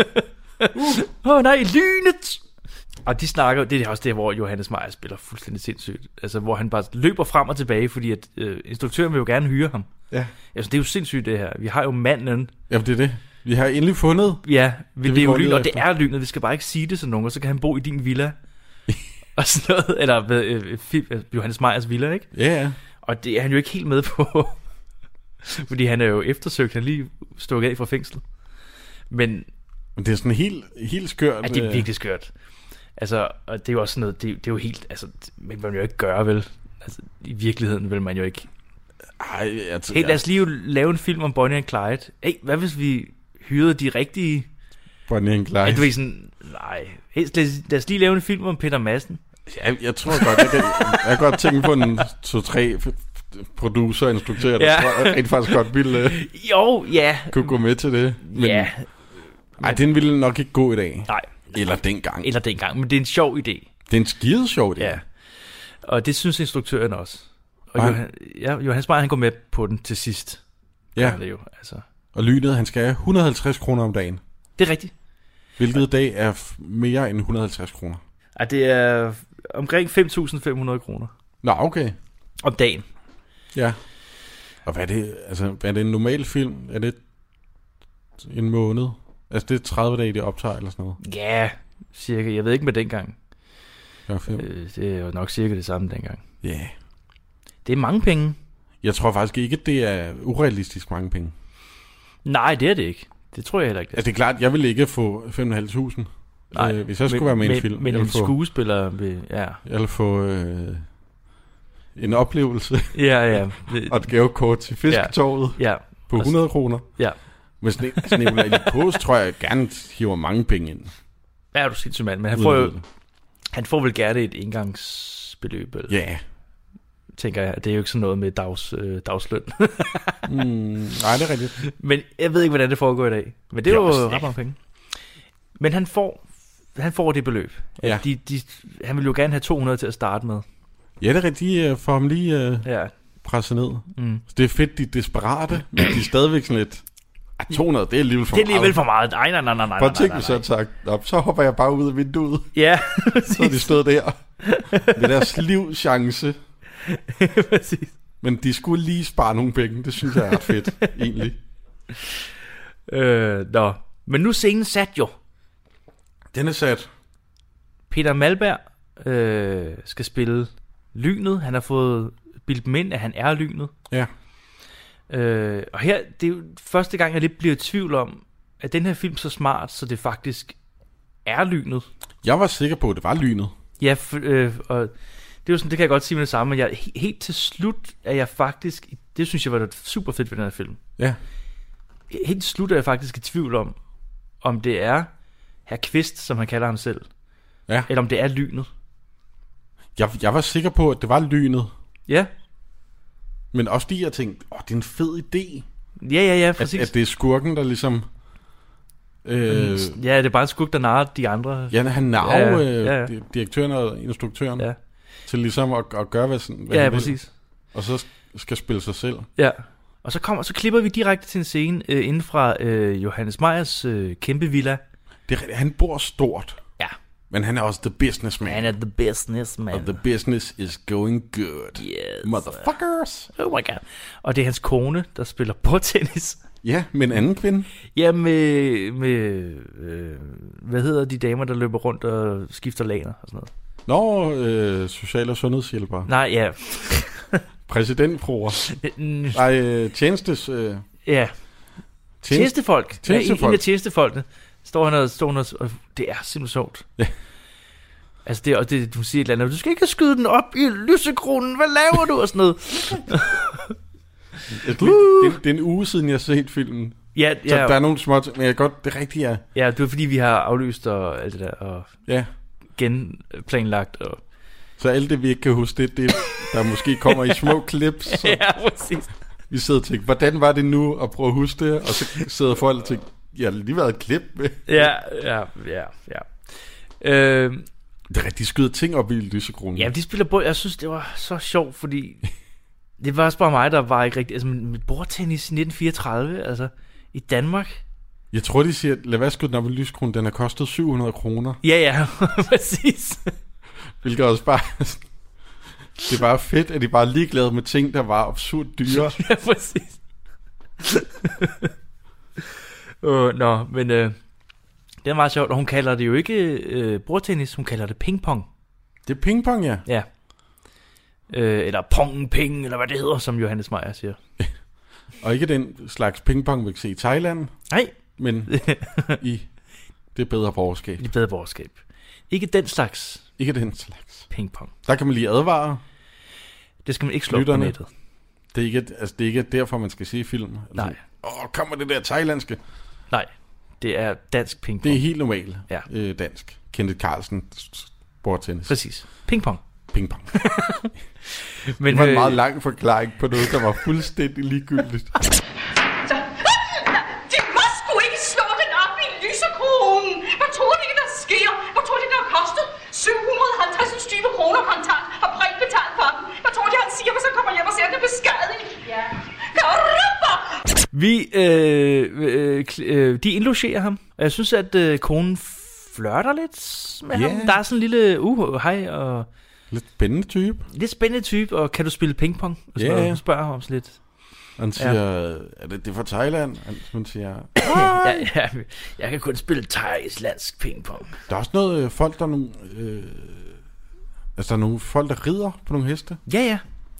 Speaker 4: Åh, oh, nej, lynet! Og de snakker, det er også det, hvor Johannes Meyer spiller fuldstændig sindssygt. Altså, hvor han bare løber frem og tilbage, fordi at øh, instruktøren vil jo gerne hyre ham.
Speaker 3: Ja.
Speaker 4: Altså, det er jo sindssygt, det her. Vi har jo manden.
Speaker 3: Ja, det er det. Vi har endelig fundet.
Speaker 4: Ja, vi, det,
Speaker 3: det
Speaker 4: er jo lyn, og
Speaker 3: efter.
Speaker 4: det er lynet. Vi skal bare ikke sige det til nogen, og så kan han bo i din villa. og sådan noget. Eller øh, øh, Johannes Meyers villa, ikke?
Speaker 3: Ja, ja.
Speaker 4: Og det er han jo ikke helt med på. fordi han er jo eftersøgt. Han er lige stukket af fra fængslet. Men...
Speaker 3: Men det er sådan helt, helt skørt.
Speaker 4: Ja, det er virkelig skørt. Altså, og det er jo også sådan noget, det, det er jo helt, altså, man vil jo ikke gøre, vel? Altså, i virkeligheden vil man jo ikke.
Speaker 3: Ej, jeg tror,
Speaker 4: hey, lad os lige lave en film om Bonnie and Clyde. Hey, hvad hvis vi hyrede de rigtige...
Speaker 3: Bonnie and Clyde?
Speaker 4: Ja, du ved sådan, nej. Hey, lad, lad os lige lave en film om Peter Madsen.
Speaker 3: Ja, jeg tror godt, jeg kan, jeg kan godt tænke på en to-tre producer og instruktører, der
Speaker 4: ja.
Speaker 3: tror jeg rent faktisk godt ville uh,
Speaker 4: jo, ja.
Speaker 3: kunne gå med til det. Men,
Speaker 4: ja.
Speaker 3: Ej, den ville nok ikke gå i dag.
Speaker 4: Nej.
Speaker 3: Eller dengang.
Speaker 4: Eller dengang, men det er en sjov idé.
Speaker 3: Det er en skide sjov idé.
Speaker 4: Ja. Og det synes instruktøren også. Og
Speaker 3: Ej.
Speaker 4: Johan, ja, Johannes Meyer, han går med på den til sidst.
Speaker 3: Ja.
Speaker 4: Det jo, altså.
Speaker 3: Og lynet, han skal have et hundrede og halvtreds kroner om dagen.
Speaker 4: Det er rigtigt.
Speaker 3: Hvilket dag er f- mere end et hundrede og halvtreds kroner.
Speaker 4: Ej, det er omkring fem tusind fem hundrede kroner.
Speaker 3: Nå, okay.
Speaker 4: Om dagen.
Speaker 3: Ja. Og hvad er det? Altså, hvad er det en normal film? Er det en måned? Altså, det er tredive dage, det optager eller sådan noget?
Speaker 4: Ja, cirka. Jeg ved ikke med dengang.
Speaker 3: Ja, fem.
Speaker 4: Øh, det er jo nok cirka det samme dengang.
Speaker 3: Ja. Yeah.
Speaker 4: Det er mange penge.
Speaker 3: Jeg tror faktisk ikke, det er urealistisk mange penge.
Speaker 4: Nej, det er det ikke. Det tror jeg heller ikke.
Speaker 3: Altså, det er klart, jeg vil ikke få fem tusind fem hundrede. Øh, hvis jeg skulle
Speaker 4: men,
Speaker 3: være med i en
Speaker 4: men,
Speaker 3: film.
Speaker 4: Men en
Speaker 3: få,
Speaker 4: skuespiller vil, ja.
Speaker 3: Jeg vil få øh, en oplevelse.
Speaker 4: Ja, ja.
Speaker 3: og et gavekort til Fisketorvet.
Speaker 4: Ja.
Speaker 3: På hundrede kroner.
Speaker 4: Ja.
Speaker 3: Men sådan en Nicolai Lie tror jeg gerne hiver mange penge ind.
Speaker 4: Ja, du sindssygt mand. Men han får jo, han får vel gerne et engangsbeløb.
Speaker 3: Ja. Yeah.
Speaker 4: Tænker jeg. Det er jo ikke sådan noget med dags, øh, dagsløn.
Speaker 3: mm, nej, det er rigtigt.
Speaker 4: Men jeg ved ikke, hvordan det foregår i dag. Men det er jo ret mange penge. Men han får, han får det beløb.
Speaker 3: Ja.
Speaker 4: De, de, han vil jo gerne have to hundrede til at starte med.
Speaker 3: Ja, det er rigtigt. De får ham lige uh,
Speaker 4: ja.
Speaker 3: presset ned.
Speaker 4: Mm.
Speaker 3: Det er fedt, de er desperate, men de er stadigvæk sådan lidt... Ah, to hundrede, det er alligevel for
Speaker 4: meget. Det er alligevel
Speaker 3: meget.
Speaker 4: for meget. Nej, nej, nej, nej, nej.
Speaker 3: Prøv at tænke, så sagt, så hopper jeg bare ud af vinduet.
Speaker 4: Ja,
Speaker 3: så er de stået der. Med deres livschance.
Speaker 4: Præcis.
Speaker 3: Men de skulle lige spare nogle penge. Det synes jeg er ret fedt, egentlig.
Speaker 4: Øh, nå. Men nu er scenen sat jo.
Speaker 3: Den er sat.
Speaker 4: Peter Malberg øh, skal spille lynet. Han har fået bildt dem ind, at han er lynet.
Speaker 3: Ja.
Speaker 4: Øh, og her, det er jo første gang, jeg lidt bliver i tvivl om, at den her film så smart, så det faktisk er lynet.
Speaker 3: Jeg var sikker på, at det var lynet.
Speaker 4: Ja, for, øh, og det er jo sådan, det kan jeg godt sige med det samme, men jeg, he- helt til slut er jeg faktisk, det synes jeg var super fedt ved den her film.
Speaker 3: Ja.
Speaker 4: Helt til slut er jeg faktisk i tvivl om, om det er Herr Kvist, som han kalder ham selv,
Speaker 3: ja.
Speaker 4: eller om det er lynet.
Speaker 3: Jeg, jeg var sikker på, at det var lynet.
Speaker 4: Ja.
Speaker 3: Men også fordi jeg tænkte, åh, det er en fed idé.
Speaker 4: Ja, ja, ja, præcis.
Speaker 3: At, at det er skurken, der ligesom...
Speaker 4: Øh, ja, det er bare en skurk, der narrer de andre.
Speaker 3: Ja, han narrer
Speaker 4: ja,
Speaker 3: ja,
Speaker 4: ja, ja.
Speaker 3: øh, direktøren og instruktøren ja. til ligesom at, at gøre, hvad, sådan, hvad
Speaker 4: ja,
Speaker 3: han vil.
Speaker 4: præcis.
Speaker 3: Og så skal spille sig selv.
Speaker 4: Ja, og så, kommer, så klipper vi direkte til en scene øh, inden fra øh, Johannes Meyers øh, kæmpe villa.
Speaker 3: Det er, han bor stort.
Speaker 4: Ja.
Speaker 3: Men han er også the businessman.
Speaker 4: Han er the businessman.
Speaker 3: Og the business is going good.
Speaker 4: Yes.
Speaker 3: Motherfuckers.
Speaker 4: Oh my god. Og det er hans kone, der spiller bordtennis.
Speaker 3: Ja, med en anden kvinde.
Speaker 4: Ja, med, med øh, hvad hedder de damer, der løber rundt og skifter laner og sådan
Speaker 3: Nå,
Speaker 4: noget.
Speaker 3: øh, social- og sundhedshjælpere.
Speaker 4: Nej, ja.
Speaker 3: Præsidentfruer. Nej, øh, tjenestes... Øh,
Speaker 4: ja. Tjenestefolk.
Speaker 3: Tjenestefolk.
Speaker 4: Ja, en af tjenestefolkene. Står han og, står han og, og det er simpelthen sjovt.
Speaker 3: Ja.
Speaker 4: Altså, det er også det, du siger et eller andet. Du skal ikke skyde den op i lysekronen. Hvad laver du? Og sådan noget.
Speaker 3: det, det, det er en uge siden, jeg har set filmen.
Speaker 4: Ja, ja.
Speaker 3: Så der er nogle små... Men jeg godt, det rigtige er...
Speaker 4: Ja, det er fordi, vi har aflyst og alt det der. Og
Speaker 3: ja.
Speaker 4: genplanlagt. Og
Speaker 3: Så alt det, vi ikke kan huske, det, det der måske kommer i små clips. Så
Speaker 4: ja, præcis.
Speaker 3: Vi sidder og tænker, hvordan var det nu at prøve at huske det? Og så sidder folk og tænker, jeg har lige været et klip med.
Speaker 4: Ja, ja, ja, ja. Øh,
Speaker 3: det er rigtig skyder ting op i lysekronen.
Speaker 4: Ja, de spiller både. Jeg synes, det var så sjovt, fordi det var også bare mig, der var ikke rigtig... Altså, med bordtennis i nitten fireogtredive, altså, i Danmark.
Speaker 3: Jeg tror, de siger, lad være skyde den op i lysekronen, den har kostet syv hundrede kroner.
Speaker 4: Ja, ja, præcis.
Speaker 3: Hvilket også bare... Det er bare fedt, at de bare er ligeglade med ting, der var absurd dyre.
Speaker 4: Ja, præcis. uh, Nå, men uh, det er meget sjovt, og hun kalder det jo ikke uh, bordtennis, hun kalder det pingpong.
Speaker 3: Det er pingpong, ja.
Speaker 4: Ja. Uh, eller pong-ping, eller hvad det hedder, som Johannes Meyer siger.
Speaker 3: Og ikke den slags pingpong, vi kan se i Thailand.
Speaker 4: Nej.
Speaker 3: Men i det bedre borgerskab.
Speaker 4: I det bedre borgerskab. Ikke den slags.
Speaker 3: Ikke den slags.
Speaker 4: Pingpong.
Speaker 3: Der kan man lige advare.
Speaker 4: Det skal man ikke slå på nettet.
Speaker 3: Det er ikke, altså det er ikke derfor, man skal se film. Altså,
Speaker 4: nej.
Speaker 3: Åh, kommer det der thailandske?
Speaker 4: Nej, det er dansk pingpong.
Speaker 3: Det er helt normalt
Speaker 4: ja.
Speaker 3: øh, dansk. Kenneth Carlsen, bordtennis.
Speaker 4: Præcis. Pingpong.
Speaker 3: Pingpong.
Speaker 4: Men,
Speaker 3: det var en
Speaker 4: øh...
Speaker 3: meget lang forklaring på noget, der var fuldstændig ligegyldigt.
Speaker 10: De må sgu ikke slå den op i lysekronen. Hvad tror de, der sker? Hvad tror de, der har kostet? syv hundrede og halvtreds styve kroner kontant har Brink betalt for den. Hvad tror de, han siger, hvis han kommer hjem og ser den beskadiget? Ja.
Speaker 4: Vi, øh, øh, de indlogerer ham. Jeg synes, at øh, konen flørter lidt med yeah. ham. Der er sådan en lille, uh, hej, og...
Speaker 3: Lidt spændende type.
Speaker 4: Lidt spændende type, og kan du spille pingpong? Og så
Speaker 3: yeah.
Speaker 4: spørger ham så lidt.
Speaker 3: Han siger, ja. er det, det er fra Thailand? Han siger,
Speaker 4: ja, ja, jeg kan kun spille thailandsk pingpong.
Speaker 3: Der er også noget, folk, der er nogle... Øh, altså, der er nogle folk, der rider på nogle heste.
Speaker 4: Ja, ja.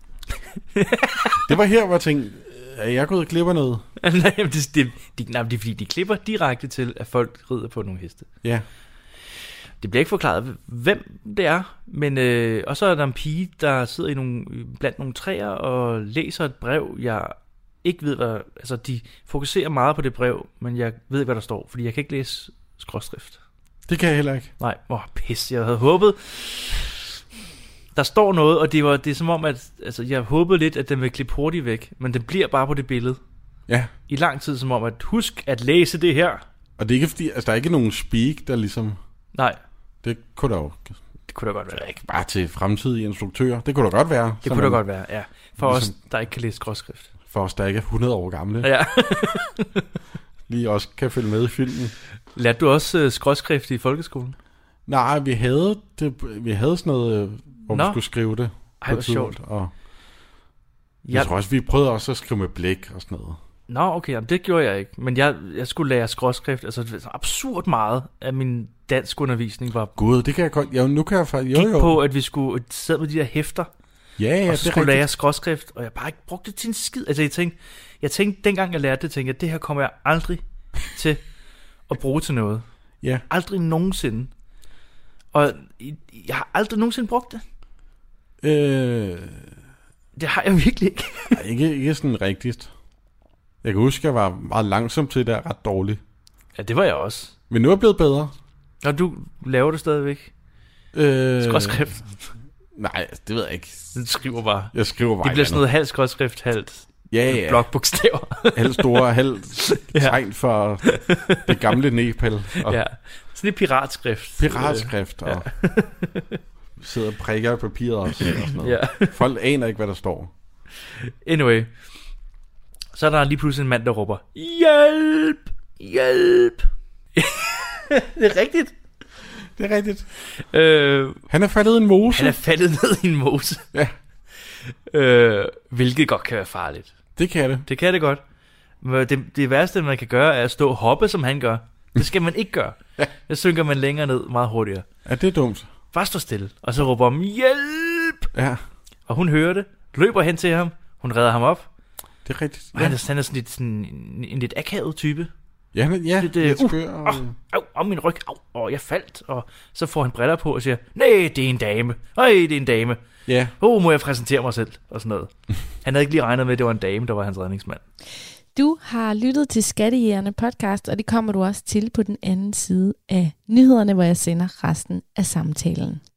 Speaker 3: Det var her, hvor jeg tænkte, er jeg gået og klipper noget?
Speaker 4: nej, det, det, de, nej, det er fordi, de klipper direkte til, at folk rider på nogle heste.
Speaker 3: Ja.
Speaker 4: Det bliver ikke forklaret, hvem det er, men øh, og så er der en pige, der sidder i nogle, blandt nogle træer og læser et brev, jeg ikke ved, hvad... Altså, de fokuserer meget på det brev, men jeg ved ikke, hvad der står, fordi jeg kan ikke læse skråskrift.
Speaker 3: Det kan jeg heller ikke.
Speaker 4: Nej, åh, pis, jeg havde håbet... Der står noget, og det var det er som om, at altså, jeg håbede lidt, at den ville klippe hurtigt væk, men det bliver bare på det billede.
Speaker 3: Ja.
Speaker 4: I lang tid, som om, at husk at læse det her.
Speaker 3: Og det er ikke fordi, altså der er ikke nogen speak, der ligesom...
Speaker 4: Nej.
Speaker 3: Det kunne da jo...
Speaker 4: Det kunne da godt være.
Speaker 3: Ikke bare til fremtidige instruktører. Det kunne da godt være.
Speaker 4: Det kunne da godt være, ja. For ligesom, os, der ikke kan læse skråskrift.
Speaker 3: For os, der ikke er hundrede år gamle.
Speaker 4: Ja.
Speaker 3: Lige også kan følge med i filmen.
Speaker 4: Lærte du også uh, skråskrift i folkeskolen?
Speaker 3: Nej, vi havde, det, vi havde sådan noget, hvor Nå. vi skulle skrive det.
Speaker 4: Ej, hvor sjovt.
Speaker 3: Og jeg,
Speaker 4: jeg
Speaker 3: tror også, vi prøvede også at skrive med blæk og sådan noget.
Speaker 4: Nå, okay, jamen, det gjorde jeg ikke. Men jeg, jeg skulle lære skråskrift. Altså absurd meget af min danskundervisning var...
Speaker 3: Gud, det kan jeg godt... Jo, nu kan jeg faktisk...
Speaker 4: Gik på, at vi skulle sidde med de der hæfter.
Speaker 3: Ja, ja,
Speaker 4: og så
Speaker 3: det
Speaker 4: skulle
Speaker 3: rigtigt.
Speaker 4: lære skråskrift, og jeg bare ikke brugte det til en skid. Altså jeg tænkte, jeg tænkte dengang jeg lærte det, tænkte jeg, det her kommer jeg aldrig til at bruge til noget.
Speaker 3: Ja.
Speaker 4: Aldrig nogensinde. Og jeg har aldrig nogensinde brugt det.
Speaker 3: Øh...
Speaker 4: Det har jeg virkelig ikke.
Speaker 3: Nej, ikke, ikke sådan rigtigt. Jeg kan huske, jeg var meget langsom til det, ret dårligt.
Speaker 4: Ja, det var jeg også.
Speaker 3: Men nu er jeg blevet bedre.
Speaker 4: Og du laver det stadigvæk?
Speaker 3: Øh...
Speaker 4: Skråskrift?
Speaker 3: Nej, det ved jeg ikke.
Speaker 4: Du skriver bare.
Speaker 3: Jeg skriver bare.
Speaker 4: Det bliver sådan noget halvt skråskrift, halvt
Speaker 3: ja, ja.
Speaker 4: blokbogstaver.
Speaker 3: Halvt store, halvt tegn for det gamle Nepal.
Speaker 4: Og ja, sådan et piratskrift.
Speaker 3: Piratskrift, og ja. Sidder og prikker i papiret og sådan noget. Ja. Folk aner ikke, hvad der står.
Speaker 4: Anyway. Så er der lige pludselig en mand, der råber, hjælp, hjælp. Det er rigtigt.
Speaker 3: Det er rigtigt.
Speaker 4: Øh,
Speaker 3: han er faldet i en mose.
Speaker 4: Han er faldet ned i en mose.
Speaker 3: Ja.
Speaker 4: Øh, hvilket godt kan være farligt.
Speaker 3: Det kan det.
Speaker 4: Det kan det godt. Men det, det værste, man kan gøre, er at stå og hoppe, som han gør. Det skal man ikke gøre. Ja. Der synker man længere ned meget hurtigere.
Speaker 3: Ja, det er dumt.
Speaker 4: Bare stå stille. Og så råber han, hjælp.
Speaker 3: Ja.
Speaker 4: Og hun hører det. Løber hen til ham. Hun redder ham op.
Speaker 3: Det er rigtigt.
Speaker 4: Ja. Han, er, han er sådan lidt sådan en, en lidt akavet type.
Speaker 3: Ja, ja,
Speaker 4: lidt,
Speaker 3: lidt
Speaker 4: uh,
Speaker 3: skør.
Speaker 4: Og... Uh, au, au, min ryg, au, og jeg faldt. Og så får han briller på og siger, nej, det er en dame. Øj, det er en dame.
Speaker 3: Ja.
Speaker 4: Åh, oh, må jeg præsentere mig selv? Og sådan noget. Han havde ikke lige regnet med, at det var en dame, der var hans redningsmand.
Speaker 1: Du har lyttet til Skattejægerne podcast, og det kommer du også til på den anden side af nyhederne, hvor jeg sender resten af samtalen.